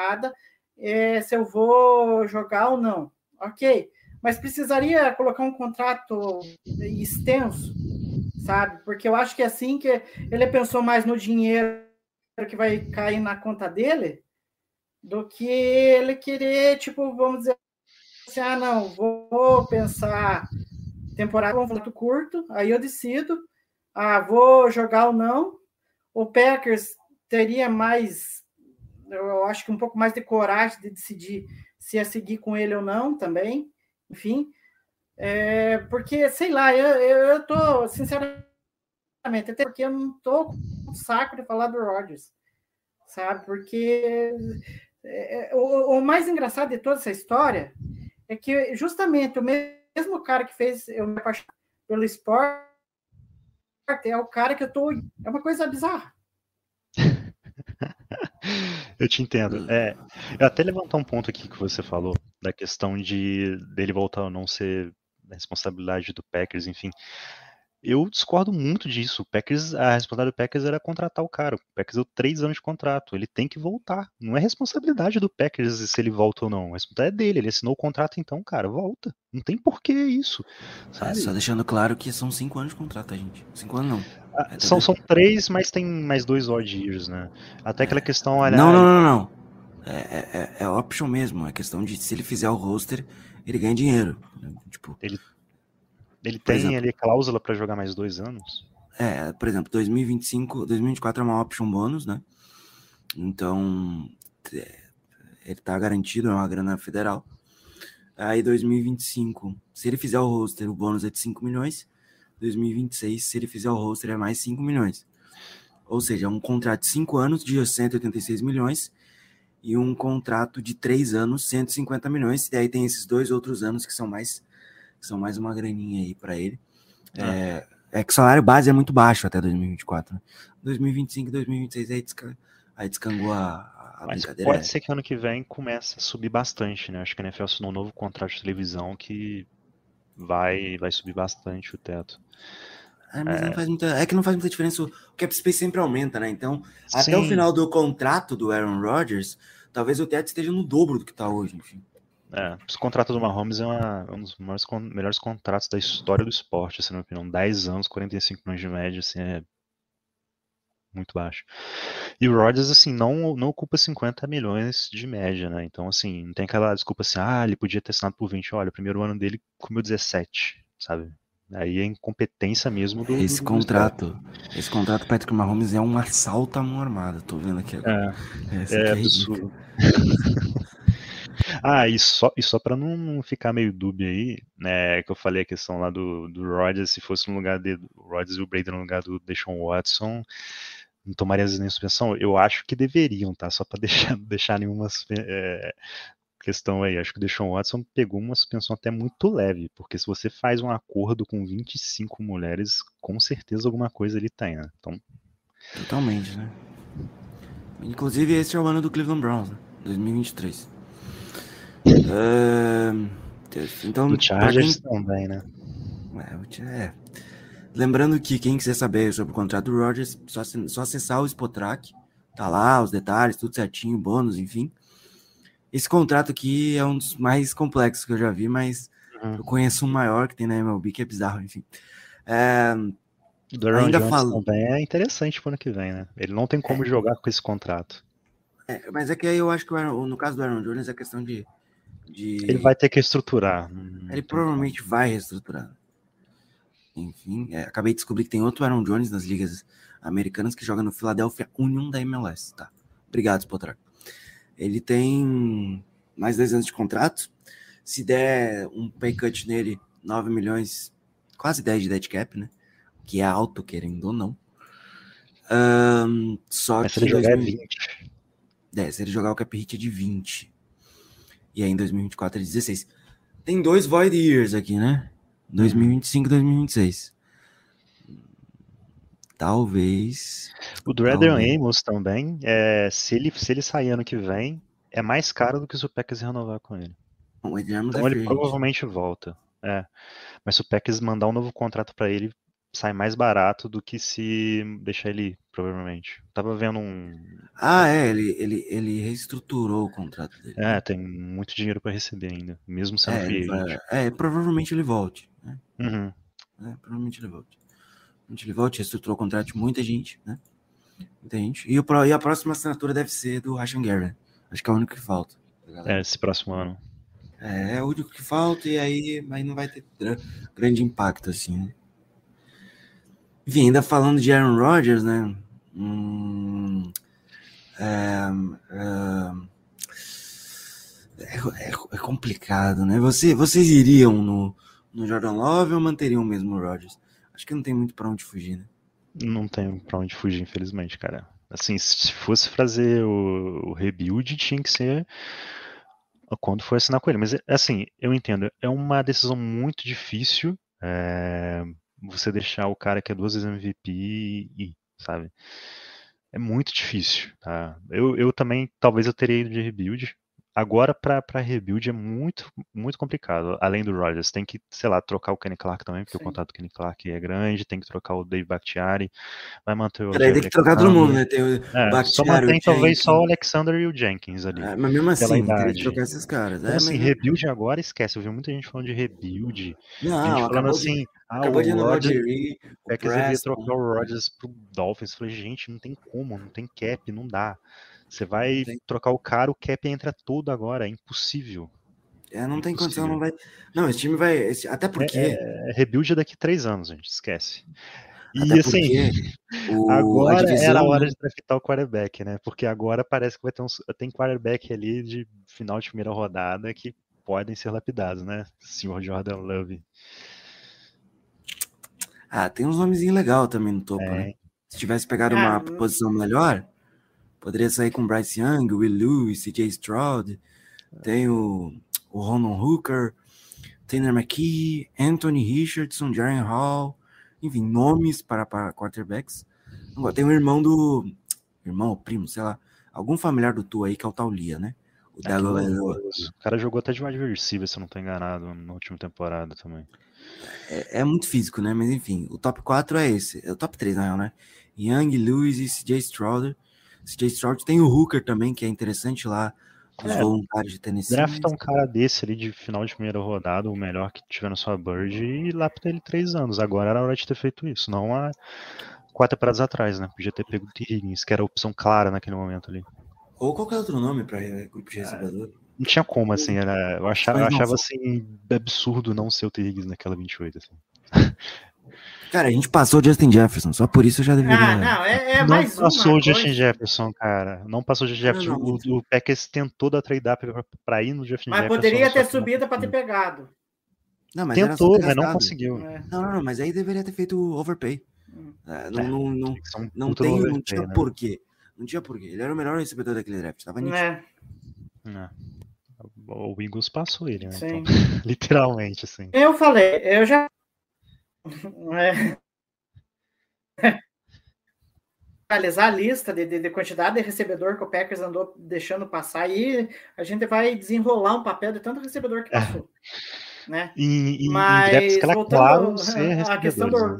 se eu vou jogar ou não. Ok, mas precisaria colocar um contrato extenso, sabe? Porque eu acho que é assim que ele pensou mais no dinheiro que vai cair na conta dele do que ele querer, tipo, vamos dizer assim, não, vou pensar temporada, um contrato curto, aí eu decido, vou jogar ou não. O Packers teria mais, eu acho que um pouco mais de coragem de decidir se ia seguir com ele ou não também, enfim, porque, sei lá, eu tô, sinceramente, até porque eu não tô com saco de falar do Rodgers, sabe, porque o mais engraçado de toda essa história é que justamente o mesmo cara que fez eu me apaixonar pelo esporte é o cara que eu tô, é uma coisa bizarra. Eu te entendo. Eu até levantar um ponto aqui que você falou da questão dele voltar ou não ser responsabilidade do Packers, enfim. Eu discordo muito disso. A responsabilidade do Packers era contratar o cara. O Packers deu 3 anos de contrato. Ele tem que voltar. Não é responsabilidade do Packers se ele volta ou não. A responsabilidade é dele. Ele assinou o contrato, então, cara, volta. Não tem porquê isso, sabe? Só deixando claro que são 5 anos de contrato, tá, gente? 5 anos não. São 3, mas tem mais 2 odd years, né? Até aquela questão, olha. Não. É option mesmo. É questão de se ele fizer o roster, ele ganha dinheiro. Tipo, ele tem ali cláusula pra jogar mais 2 anos? Por exemplo, 2025, 2024 é uma option bônus, né? Então, ele tá garantido, é uma grana federal. Aí 2025, se ele fizer o roster, o bônus é de 5 milhões. 2026, se ele fizer o roster, é mais 5 milhões. Ou seja, um contrato de 5 anos de 186 milhões e um contrato de 3 anos, 150 milhões. E daí tem esses 2 outros anos que são mais uma graninha aí para ele. Que o salário base é muito baixo até 2024. Né? 2025 e 2026 aí descangou a Mas brincadeira. pode ser que ano que vem comece a subir bastante, né? Acho que a NFL assinou um novo contrato de televisão que vai subir bastante o teto. Mas não faz muita, não faz muita diferença. O cap space sempre aumenta, né? Então, até o final do contrato do Aaron Rodgers, talvez o teto esteja no dobro do que está hoje, enfim. O contrato do Mahomes é um dos melhores contratos da história do esporte, assim, na minha opinião. 10 anos, 45 milhões de média, assim, é muito baixo. E o Rodgers, assim, não ocupa 50 milhões de média, né? Então, assim, não tem aquela desculpa assim, ele podia ter assinado por 20. Olha, o primeiro ano dele comeu 17, sabe? Aí é incompetência mesmo do Esse contrato, Patrick Mahomes, é um assalto à mão armada. Tô vendo aqui agora. É absurdo. E só para não ficar meio dúbio aí, né, que eu falei a questão lá do Rodgers, se fosse no lugar do Rodgers e o Brady no lugar do Deshaun Watson, não tomaria nem suspensão? Eu acho que deveriam, tá? Só para deixar nenhuma questão aí. Acho que o Deshaun Watson pegou uma suspensão até muito leve, porque se você faz um acordo com 25 mulheres, com certeza alguma coisa ele tem, né? Então... Totalmente, né? Inclusive, esse é o ano do Cleveland Browns, né? 2023. Então, do Chargers também, né? Lembrando que quem quiser saber sobre o contrato do Rodgers, só acessar o Spotrac, tá lá, os detalhes, tudo certinho, bônus, enfim. Esse contrato aqui é um dos mais complexos que eu já vi, mas eu conheço um maior que tem na MLB, que é bizarro, enfim. Do Aaron Jones também é interessante pro ano que vem, né? Ele não tem como jogar com esse contrato. Mas é que aí eu acho que no caso do Aaron Jones é questão de... Ele vai ter que estruturar. Ele provavelmente vai reestruturar. Enfim, acabei de descobrir que tem outro Aaron Jones nas ligas americanas que joga no Philadelphia Union da MLS, tá? Obrigado, Spotrac. Ele tem mais 2 anos de contrato. Se der um pay cut nele, 9 milhões, quase 10 de dead cap, né? Que é alto, querendo ou não. Mas se ele jogar é 20. Se ele jogar o cap hit é de 20. E aí em 2024 é 16. Tem 2 void years aqui, né? 2025 e 2026. Talvez. O do Adrian Amos também, se ele sair ano que vem, é mais caro do que se o Packers renovar com ele. O Adrian Amos então ele provavelmente volta. Mas se o Packers mandar um novo contrato para ele, sai mais barato do que se deixar ele ir, provavelmente. Tava vendo ele reestruturou o contrato dele. Tem muito dinheiro para receber ainda, mesmo sendo free agent. Provavelmente ele volte. Né? Provavelmente ele volte. Reestruturou o contrato de muita gente, né? Muita gente. E a próxima assinatura deve ser do Rashan Gary. Acho que é o único que falta. Esse próximo ano. É o único que falta e aí não vai ter grande impacto, assim, né? Enfim, ainda falando de Aaron Rodgers, né? É complicado, né? Vocês iriam no Jordan Love ou manteriam mesmo o Rodgers? Acho que não tem muito pra onde fugir, né? Não tem pra onde fugir, infelizmente, cara. Assim, se fosse fazer o rebuild, tinha que ser quando for assinar com ele. Mas, assim, eu entendo. É uma decisão muito difícil você deixar o cara que é 2 vezes MVP ir, sabe? É muito difícil, tá? Eu também, talvez eu teria ido de rebuild. Agora, para rebuild é muito, muito complicado. Além do Rodgers, tem que, sei lá, trocar o Kenny Clark também, porque Sim. o contrato do Kenny Clark é grande, tem que trocar o Dave Bakhtiari, vai manter o Peraí, tem que trocar todo mundo, né? Tem o só Bakhtiari, o mantém talvez só o Jenkins. Alexander e o Jenkins ali, Mas mesmo pela assim, teria que idade. trocar esses caras. Então, assim, rebuild agora, esquece. Eu vi muita gente falando de rebuild, Não, gente falando acabou assim, acabou de o renovar o Rodgers, Jerry, o Packers devia Preston. trocar o Rodgers pro Dolphins. Eu falei, gente, não tem como, não tem cap, não dá. Você vai trocar o cara, o cap entra todo agora, é impossível. Não tem condição, não vai. Não, esse time vai. Até porque. Rebuild é daqui 3 anos, gente, esquece. E Até assim, porque a agora divisão, era a hora né? de draftar o quarterback, né? Porque agora parece que tem quarterback ali de final de primeira rodada que podem ser lapidados, né? Senhor Jordan Love. Tem uns nomezinhos legais também no topo, né? Se tivesse pegado uma posição melhor, poderia sair com Bryce Young, Will Lewis, CJ Stroud, tem o Ronan Hooker, Tanner McKee, Anthony Richardson, Jaren Hall, enfim, nomes para quarterbacks. Agora, tem um irmão ou primo, sei lá, algum familiar do Tua aí que é o Taulia, né? O Dagoberto. O cara jogou até de wide receiver, se eu não tô enganado, na última temporada também. É muito físico, né? Mas enfim, o top 4 é esse. É o top 3, na real, né? Young, Lewis e CJ Stroud. CJ Stroud tem o Hooker também, que é interessante lá, dos voluntários de Tennessee. Drafta um cara desse ali de final de primeira rodada, o melhor que tiver na sua bird, e lapida ele 3 anos. Agora era hora de ter feito isso, não há 4 temporadas atrás, né? Podia ter pego o T. Higgins, que era a opção clara naquele momento ali. Ou qualquer outro nome para grupo de recebedor. Não tinha como, assim, eu achava assim, absurdo não ser o T. Higgins naquela 28, assim. Cara, a gente passou o Justin Jefferson, só por isso eu já deveria... Não mais passou o Justin Jefferson, cara. Não passou o Justin Jefferson. Não. O Packers tentou dar trade-up pra ir no Justin Jefferson. Mas poderia ter subido para ter pegado. Não, mas tentou, mas não conseguiu. Não, mas aí deveria ter feito o overpay. Não tinha porquê. Não tinha porquê. Ele era o melhor recebedor daquele draft, tava nítido. O Eagles passou ele, né? Sim. Então, literalmente, assim. Eu falei, eu já... Analisar a lista de quantidade de recebedor que o Packers andou deixando passar e a gente vai desenrolar um papel de tanto recebedor que passou, né? Mas voltando à questão do...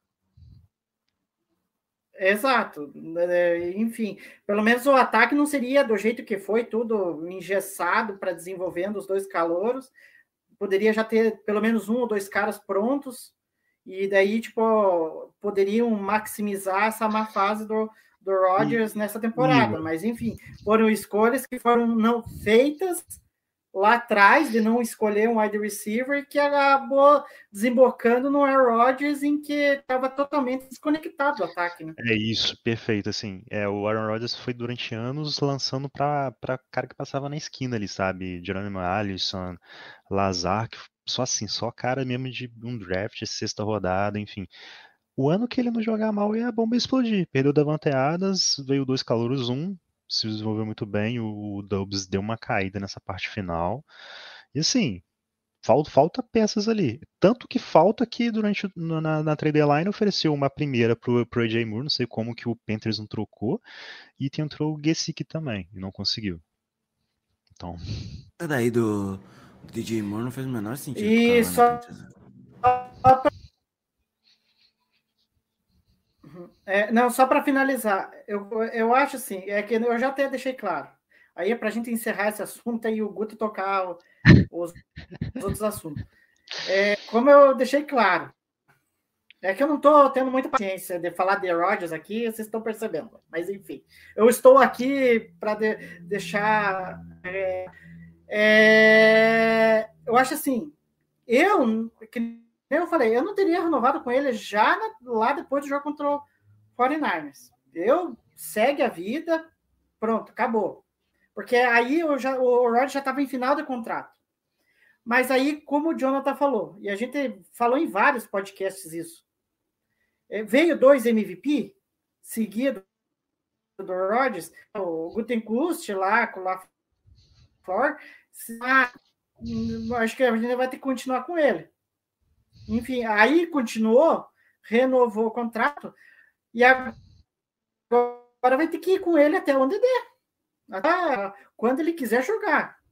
Exato. Enfim, pelo menos o ataque não seria do jeito que foi, tudo engessado para desenvolvendo os dois calouros. Poderia já ter pelo menos 1 ou 2 caras prontos. E daí, tipo, poderiam maximizar essa má fase do Rodgers nessa temporada. Mas, enfim, foram escolhas que foram não feitas lá atrás, de não escolher um wide receiver, que acabou desembocando no Aaron Rodgers, em que estava totalmente desconectado do ataque. Né? É isso, perfeito. Assim, o Aaron Rodgers foi durante anos lançando para cara que passava na esquina ali, sabe? Geronimo Allison, Lazar, que só cara mesmo de um draft, 6ª rodada, enfim. O ano que ele não jogar mal e a bomba explodir. Perdeu Davante Adams, veio 2 calouros, se desenvolveu muito bem, o Dobbs deu uma caída nessa parte final. E assim, falta peças ali. Tanto que falta que na trade deadline ofereceu uma primeira pro AJ Moore, não sei como que o Panthers não trocou, e entrou o Gesicki também, e não conseguiu. Então... daí do DJ Moore não fez o menor sentido. E só para finalizar, eu acho assim, é que eu já até deixei claro. Aí é para a gente encerrar esse assunto e o Guto tocar os outros assuntos. Como eu deixei claro, é que eu não estou tendo muita paciência de falar de Rodgers aqui, vocês estão percebendo. Mas, enfim, eu estou aqui para deixar... eu acho assim, que eu falei, eu não teria renovado com ele já lá depois do jogo contra o 49ers. Segue a vida, pronto, acabou. Porque aí o Rodgers já estava em final de contrato. Mas aí, como o Jonathan falou, e a gente falou em vários podcasts isso, veio 2 MVP seguido do Rodgers, o Gutekunst lá com o LaFleur, acho que a gente vai ter que continuar com ele. Enfim, aí continuou, renovou o contrato, e agora vai ter que ir com ele até onde der. Até quando ele quiser jogar.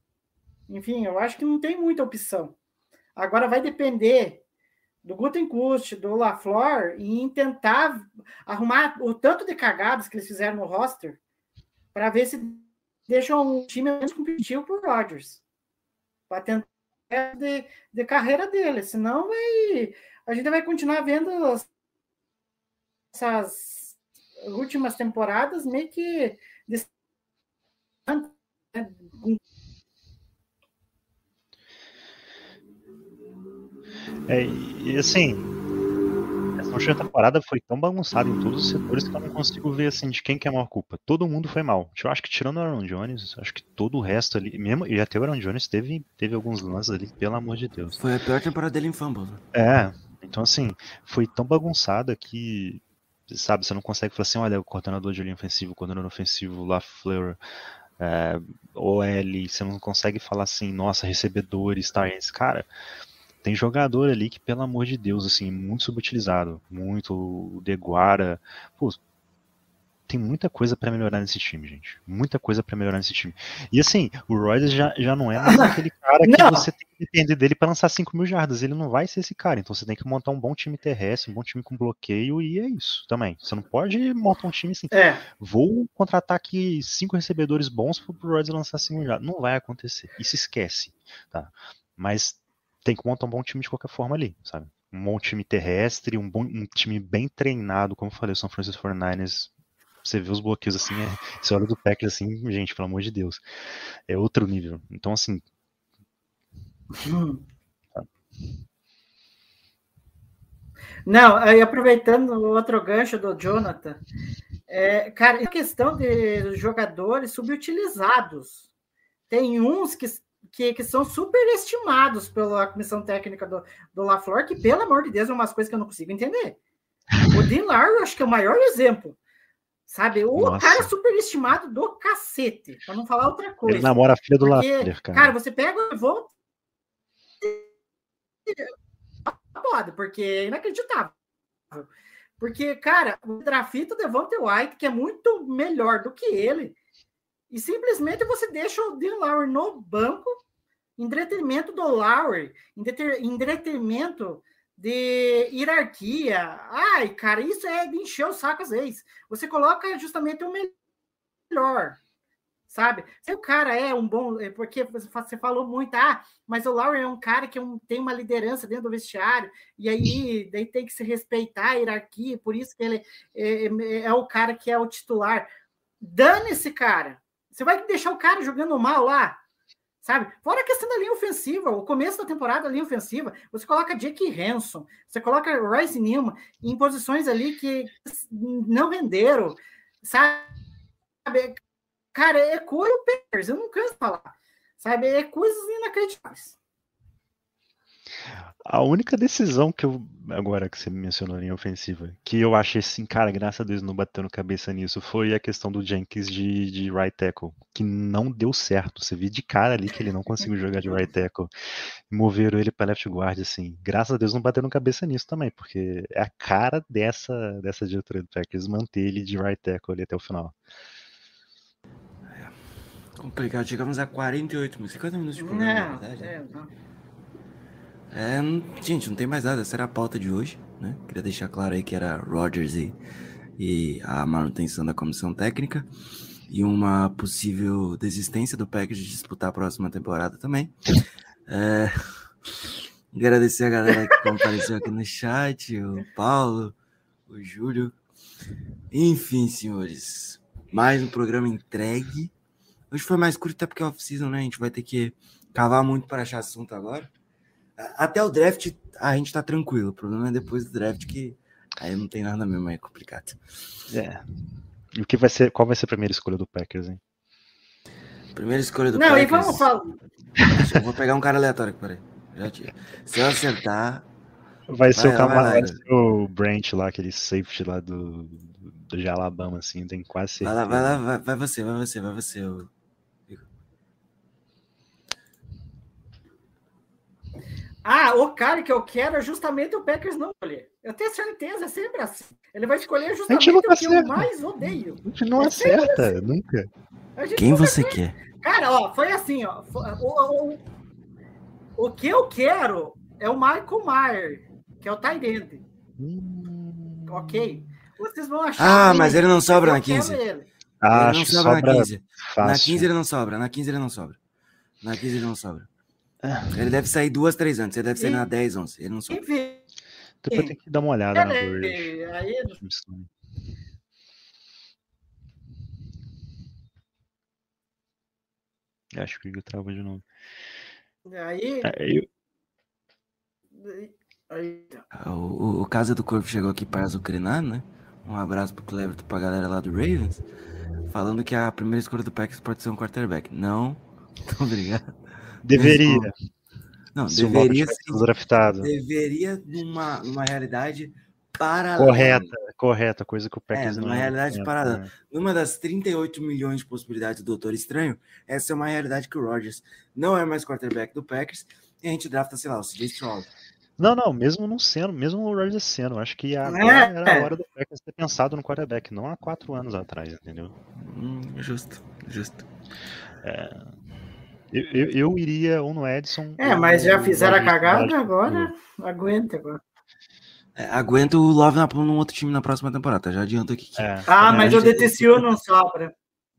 Enfim, eu acho que não tem muita opção. Agora vai depender do Gutekunst, do LaFleur, em tentar arrumar o tanto de cagadas que eles fizeram no roster para ver se deixam um time menos competitivo por Rodgers. Para tentar de carreira dele. Senão a gente vai continuar vendo essas últimas temporadas meio que E assim, essa última temporada foi tão bagunçada em todos os setores que eu não consigo ver assim de quem que é a maior culpa. Todo mundo foi mal. Eu acho que tirando o Aaron Jones, acho que todo o resto ali, mesmo, e até o Aaron Jones teve alguns lances ali, pelo amor de Deus. Foi a pior temporada dele em fumbles. Então assim, foi tão bagunçada que, sabe, você não consegue falar assim, olha, o coordenador de linha ofensivo, o coordenador ofensivo, LaFleur, OL, você não consegue falar assim, nossa, recebedores, targets, cara. Tem jogador ali que, pelo amor de Deus, assim, muito subutilizado. Muito, o Deguara. Pô, tem muita coisa pra melhorar nesse time, gente. Muita coisa pra melhorar nesse time. E assim, o Rodgers já não é mais aquele cara que você tem que depender dele pra lançar 5.000 jardas. Ele não vai ser esse cara. Então você tem que montar um bom time terrestre, um bom time com bloqueio, e é isso também. Você não pode montar um time assim. Vou contratar aqui 5 recebedores bons pro Rodgers lançar 5.000 jardas. Não vai acontecer. Isso esquece, tá? Mas tem que montar um bom time de qualquer forma ali, sabe? Um bom time terrestre, um time bem treinado, como eu falei, o San Francisco 49ers, você vê os bloqueios assim, você olha do Packers assim, gente, pelo amor de Deus, é outro nível. Então, assim... Não, aí aproveitando o outro gancho do Jonathan, cara, a questão de jogadores subutilizados. Tem uns que são superestimados pela comissão técnica do LaFleur, que, pelo amor de Deus, é umas coisas que eu não consigo entender. O Dean Lowry, acho que é o maior exemplo. Sabe? O cara superestimado do cacete, para não falar outra coisa. Ele namora a filha do LaFleur, cara. Cara, você pega e volta... Pode, porque é inacreditável. Porque, cara, o drafta o Devontae White, que é muito melhor do que ele, e simplesmente você deixa o Dean Lowry no banco, em detrimento do Lowry, em detrimento de hierarquia. Ai, cara, isso é de encher o saco às vezes. Você coloca justamente o melhor, sabe? Se o cara é um bom... Porque você falou muito, mas o Lowry é um cara que tem uma liderança dentro do vestiário, e aí daí tem que se respeitar a hierarquia, por isso que ele é o cara que é o titular. Dane-se, cara. Você vai deixar o cara jogando mal lá, sabe? Fora a questão da linha ofensiva, o começo da temporada da linha ofensiva, você coloca Jake Hanson, você coloca Royce Newman em posições ali que não renderam, sabe? Cara, é coisa do Packers, eu não canso de falar, sabe? É coisas inacreditáveis. A única decisão que agora que você mencionou em ofensiva, que eu achei assim, cara, graças a Deus não batendo cabeça nisso, foi a questão do Jenkins de right tackle, que não deu certo. Você viu de cara ali que ele não conseguiu jogar de right tackle. Moveram ele para left guard, assim. Graças a Deus não bateram cabeça nisso também, porque é a cara dessa diretoria do Packers manter ele de right tackle ali até o final. Complicado, chegamos a 50 minutos de programa, na verdade. Gente, não tem mais nada, essa era a pauta de hoje, né? Queria deixar claro aí que era Rodgers e a manutenção da comissão técnica e uma possível desistência do Packers de disputar a próxima temporada também. Agradecer a galera que compareceu aqui no chat, o Paulo, o Júlio. Enfim, senhores, mais um programa entregue. Hoje foi mais curto até porque é off-season, né? A gente vai ter que cavar muito para achar assunto agora. Até o draft a gente tá tranquilo. O problema é depois do draft que aí não tem nada mesmo, aí é complicado. E qual vai ser a primeira escolha do Packers, hein? Primeira escolha do Packers... Não, e vamos falar... Eu vou pegar um cara aleatório aqui, peraí. Se eu acertar... Vai ser o Brent lá, aquele safety lá de Alabama, assim, tem quase certeza. Vai lá, vai você. O cara que eu quero é justamente o Packers não escolher. Eu tenho certeza, é sempre assim. Ele vai escolher justamente o que eu mais odeio. A gente não acerta, nunca. Quem você quer? Cara, ó, foi assim, ó. O que eu quero é o Michael Mayer, que é o tight end. Ok? Vocês vão achar. Ah, mas ele não sobra na eu quero 15. ele. Ele Ah, não acho que sobra na sobra 15. Na fácil. 15 ele não sobra. Na 15 ele não sobra. Na 15 ele não sobra. Ele deve sair 2, 3 antes. Ele deve sair na 10, 11. Ele não sobra. Enfim. Depois tem que dar uma olhada na board. Aí, Acho que o Igor travou de novo. aí, O Casa do Corvo chegou aqui para azucrinar, né? Um abraço pro Cleverton, pra galera lá do Ravens. Falando que a primeira escolha do Packers pode ser um quarterback. Não. Muito obrigado. Deveria. Não, Se o deveria Locke sim. tivesse draftado. Deveria numa realidade paralela. Correta, coisa que o Packers não numa realidade tenta, paralela. né? Numa das 38 milhões de possibilidades do Doutor Estranho, essa é uma realidade que o Rodgers não é mais quarterback do Packers e a gente drafta, sei lá, o CJ Stroud. Não, mesmo não sendo, mesmo o Rodgers sendo, acho que agora era a hora do Packers ter pensado no quarterback, não há 4 anos atrás, entendeu? Justo. Eu iria ou no Edson. mas já fizeram a cagada, Rodgers. agora aguenta agora. Aguenta o Love num outro time na próxima temporada, já adianto aqui. Mas o DTCU não sobra.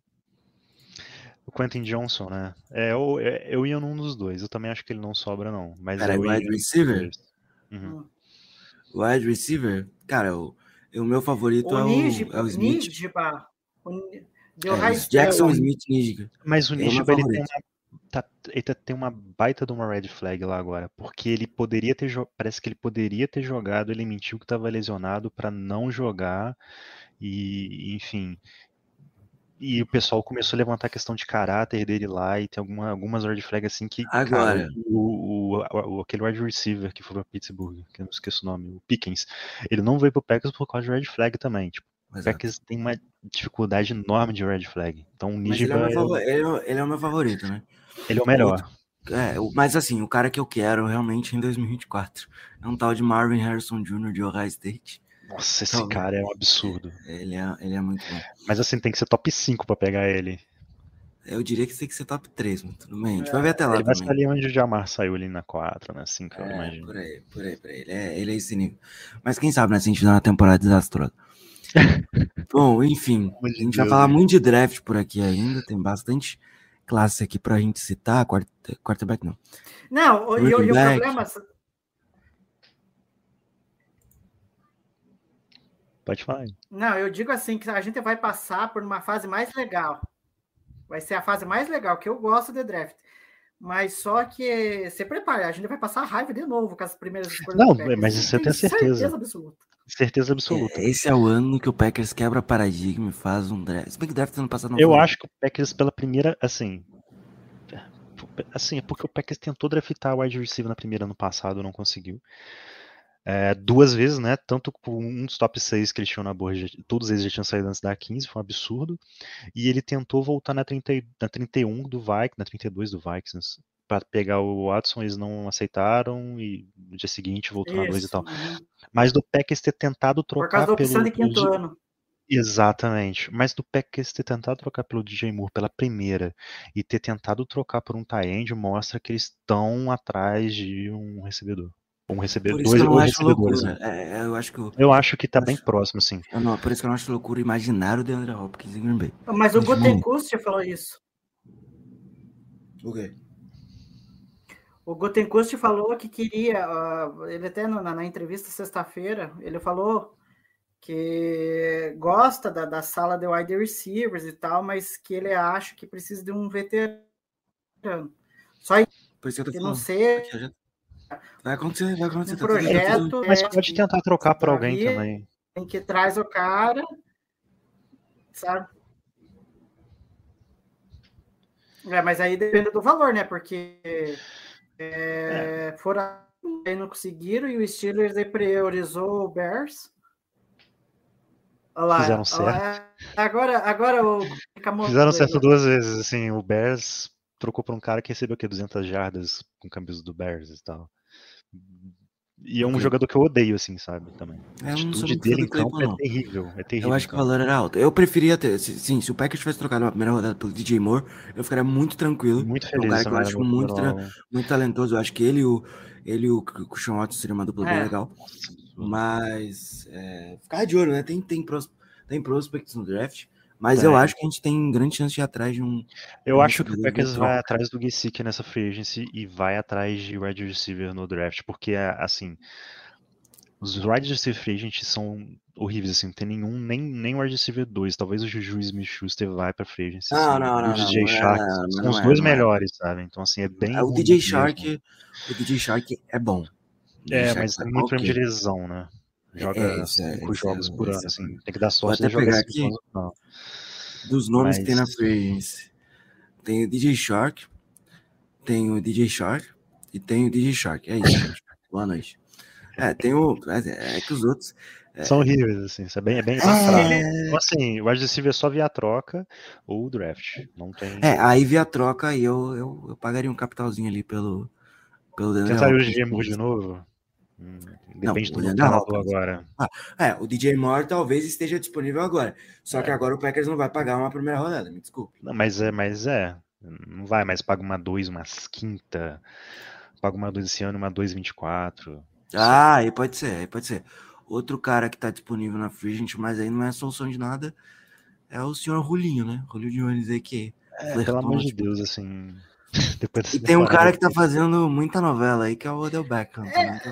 O Quentin Johnson, né? Eu ia num dos dois, eu também acho que ele não sobra, não. Mas Cara, eu wide ia... receiver? Uhum. Wide receiver? Cara, o meu favorito é o Smith. Nijiba. Jackson Smith Nijiba. Mas o Nijiba, ele tem uma baita de uma red flag lá agora, porque ele poderia ter parece que ele poderia ter jogado, ele mentiu que estava lesionado para não jogar e enfim. E o pessoal começou a levantar a questão de caráter dele lá e tem algumas red flags assim que agora cara, aquele wide receiver que foi para Pittsburgh, que eu não esqueço o nome, o Pickens, ele não veio pro Packers por causa de red flag também, tipo. O Packers tem uma dificuldade enorme de red flag. Então o Nijiba ele é o meu favorito, né? Ele é o melhor. Mas assim, o cara que eu quero realmente em 2024 é um tal de Marvin Harrison Jr. de Ohio State. Nossa, esse cara é um absurdo. Ele é muito bom. Mas assim, tem que ser top 5 pra pegar ele. Eu diria que tem que ser top 3, mas tudo bem. A gente vai ver até lá ele também. Vai ser ali onde o Jamar saiu ali na 4, né? 5, eu imagino. Por aí. Ele é esse nível. Mas quem sabe, né? Se a gente fizer uma temporada desastrosa. Bom, enfim. A gente vai falar muito de draft por aqui ainda. Tem bastante classe aqui pra gente citar. Quarterback não. Não, e o problema... Pode falar aí. Não, eu digo assim, que a gente vai passar por uma fase mais legal. Vai ser a fase mais legal, que eu gosto de draft. Mas só que se prepare, a gente vai passar raiva de novo com as primeiras escolhas. Não, mas isso eu tenho certeza. Certeza absoluta. Certeza absoluta. Esse é o ano que o Packers quebra paradigma e faz um draft. Se bem que draft ano passado não Eu foi. acho que o Packers pela primeira, assim, é porque o Packers tentou draftar o wide receiver na primeira ano passado, não conseguiu. 2 vezes, né? Tanto com um dos top 6 que eles tinham na board, todos eles já tinham saído antes da 15, foi um absurdo. E ele tentou voltar na 31 do Vikings, na 32 do Vikings, para pegar o Watson, eles não aceitaram e no dia seguinte voltou na 2 e tal. Mas do Packers ter tentado trocar por causa da opção de quinto ano. Exatamente, mas do Packers ter tentado trocar pelo DJ Moore pela primeira e ter tentado trocar por um tight end mostra que eles estão atrás de um recebedor. Um recebedor, Por isso que eu não acho recebedores. loucura. Né? Eu acho que tá bem próximo, sim. Por isso que eu não acho loucura imaginar o DeAndre Hopkins em Green Bay. Mas o Gutekunst falou isso. O quê? O Gutekunst falou que queria, ele até na entrevista sexta-feira, ele falou que gosta da sala de wide receivers e tal, mas que ele acha que precisa de um veterano. Só por isso que eu tô não sei. Vai acontecer. Um projeto, mas pode tentar trocar por alguém também. Em que traz o cara, sabe? Mas aí depende do valor, né? Porque foram aí não conseguiram e o Steelers aí priorizou o Bears. Olha lá, fizeram certo. Agora o fizeram certo 2 vezes, assim, o Bears trocou por um cara que recebeu 200 jardas com camisa do Bears e tal. E é um Ok. jogador que eu odeio, assim, sabe? Também. A Eu não sou atitude muito fã dele do em campo Claypool, não. é terrível. É terrível. Eu acho que o cara. valor era alto. Eu preferia ter. Se o Packers tivesse trocado na primeira rodada pelo DJ Moore, eu ficaria muito tranquilo. Muito É um feliz cara que eu também no acho meu muito, primeiro álbum. muito talentoso. Eu acho que ele e o Sean Watson seria uma dupla bem É. legal. Nossa, Mas ficar de olho, né? Tem prospects no draft. Mas eu acho que a gente tem grande chance de ir atrás de um Eu acho que o recebedor de Packers troca. vai atrás do Gesicki nessa free agency e vai atrás de wide receiver no draft, porque, assim, os wide receiver free agents são horríveis, assim, não tem nenhum, nem wide receiver 2, talvez o Juju Smith-Schuster vai pra free agency, assim, Não, e o DJ Shark são os não é, dois não é. melhores, sabe? Então, assim, é bem O ruim DJ mesmo. Shark é bom. O DJ Shark Mas tá tem muito problema de ok. lesão, né? Joga Esse é 5 jogos por ano, o assim, problema. tem que dar Vou sorte até de jogar pegar 5 aqui jogos por ano. dos nomes que tem na Mas, free agency. Tem o DJ Shark, tem o DJ Shark e tem o DJ Shark. É isso, gente. Boa noite. Tem o. É que os outros. são horríveis, assim, isso é bem fraco. Então, assim, o wide receiver é só via troca ou o draft. Não tem. Aí via troca, aí eu pagaria um capitalzinho ali pelo Daniel Tentaria o Hopkins. DJ Moore de novo? Não, Depende do o novo Daniel treinador Hopkins. agora. O DJ Moore talvez esteja disponível agora. Só que agora o Packers não vai pagar uma primeira rodada, me desculpe. Não, mas não vai mais, paga uma 2, umas quinta. Paga uma 2 esse ano, uma 2,24. Aí pode ser. Outro cara que tá disponível na Free Agent, mas aí não é solução de nada, é o senhor Rulinho, né? Rulinho Jones aí que Pelo amor de Deus, assim. Depois dessa E tem um temporada, cara que tá fazendo muita novela aí, que é o Odell Beckham.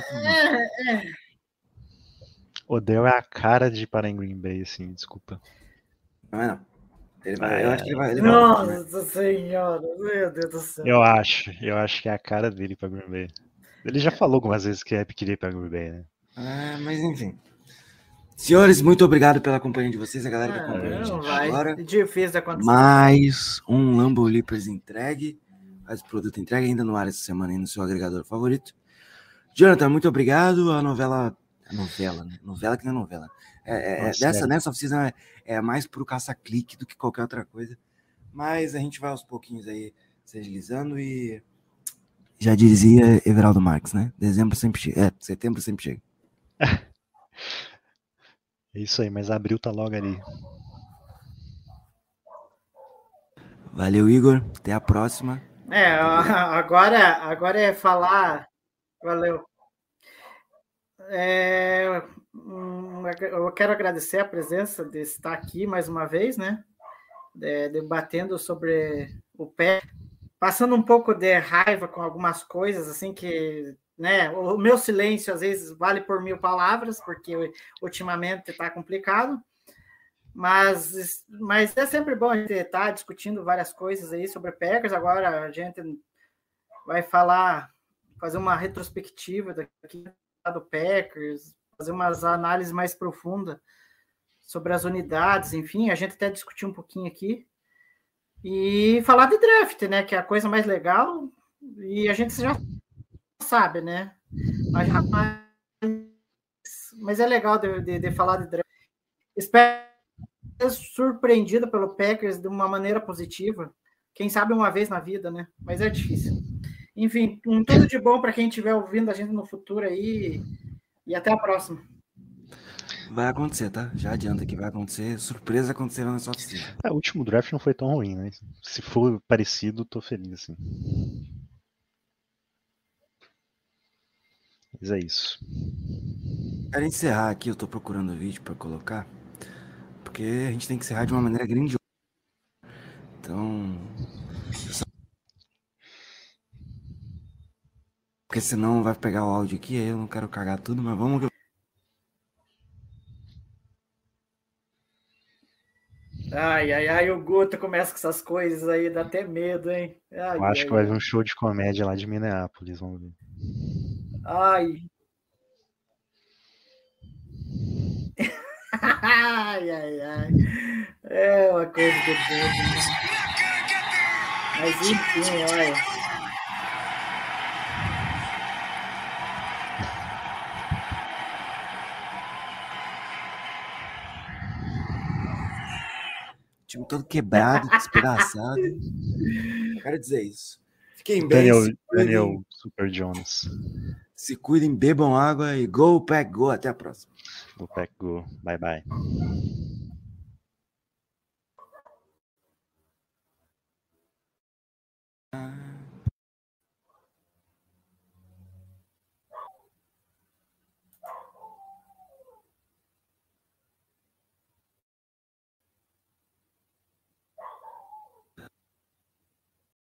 Odell é a cara de parar em Green Bay, assim, desculpa. Não é não. Eu acho que ele vai. Nossa senhora, meu Deus do céu. Eu acho que é a cara dele pra Green Bay. Ele já falou algumas vezes que queria ir pra Green Bay, né? Mas enfim. Senhores, muito obrigado pela companhia de vocês, a galera que acompanha a gente agora. Difícil de acontecer. Mais um Lambo Leapers entregue. Mais produto entregue ainda no ar essa semana aí no seu agregador favorito. Jonathan, muito obrigado. A novela, né? Novela que não é novela. Nessa oficina é mais pro caça-clique do que qualquer outra coisa. Mas a gente vai aos pouquinhos aí se agilizando e já dizia Everaldo Marques, né? Setembro sempre chega. É isso aí, mas abril tá logo ali. Valeu, Igor. Até a próxima. Agora é falar. Valeu. Eu quero agradecer a presença de estar aqui mais uma vez, né? Debatendo sobre o pé, passando um pouco de raiva com algumas coisas, assim, que, né? O meu silêncio às vezes vale por 1000 palavras, porque ultimamente está complicado. Mas é sempre bom a gente estar discutindo várias coisas aí sobre Packers. Agora a gente vai fazer uma retrospectiva daqui do Packers, fazer umas análises mais profundas sobre as unidades, enfim, a gente até discutir um pouquinho aqui. E falar de draft, né? Que é a coisa mais legal, e a gente já sabe, né? Mas é legal de falar de draft. Espero ser surpreendida pelo Packers de uma maneira positiva. Quem sabe uma vez na vida, né? Mas é difícil. Enfim, tudo de bom para quem estiver ouvindo a gente no futuro aí. E até a próxima. Vai acontecer, tá? Já adianta que vai acontecer. Surpresa acontecerá nessa oficina. O último draft não foi tão ruim, né? Se for parecido, tô feliz, assim. Mas é isso. Quero encerrar aqui, eu tô procurando o vídeo para colocar, porque a gente tem que encerrar de uma maneira grandiosa. Então, porque senão vai pegar o áudio aqui, aí eu não quero cagar tudo, mas vamos. Ai, o Guto começa com essas coisas aí, dá até medo, hein? Eu acho que vai vir um show de comédia lá de Minneapolis, vamos ver. Ai. Ai. É uma coisa de doido, né? Mas enfim, olha. Time todo quebrado, despedaçado. Eu quero dizer isso. Fiquem bem, Daniel Super Jonas. se cuidem, bebam água e go, Pack, go. Até a próxima. Do Pack Go. Bye, bye. Ah.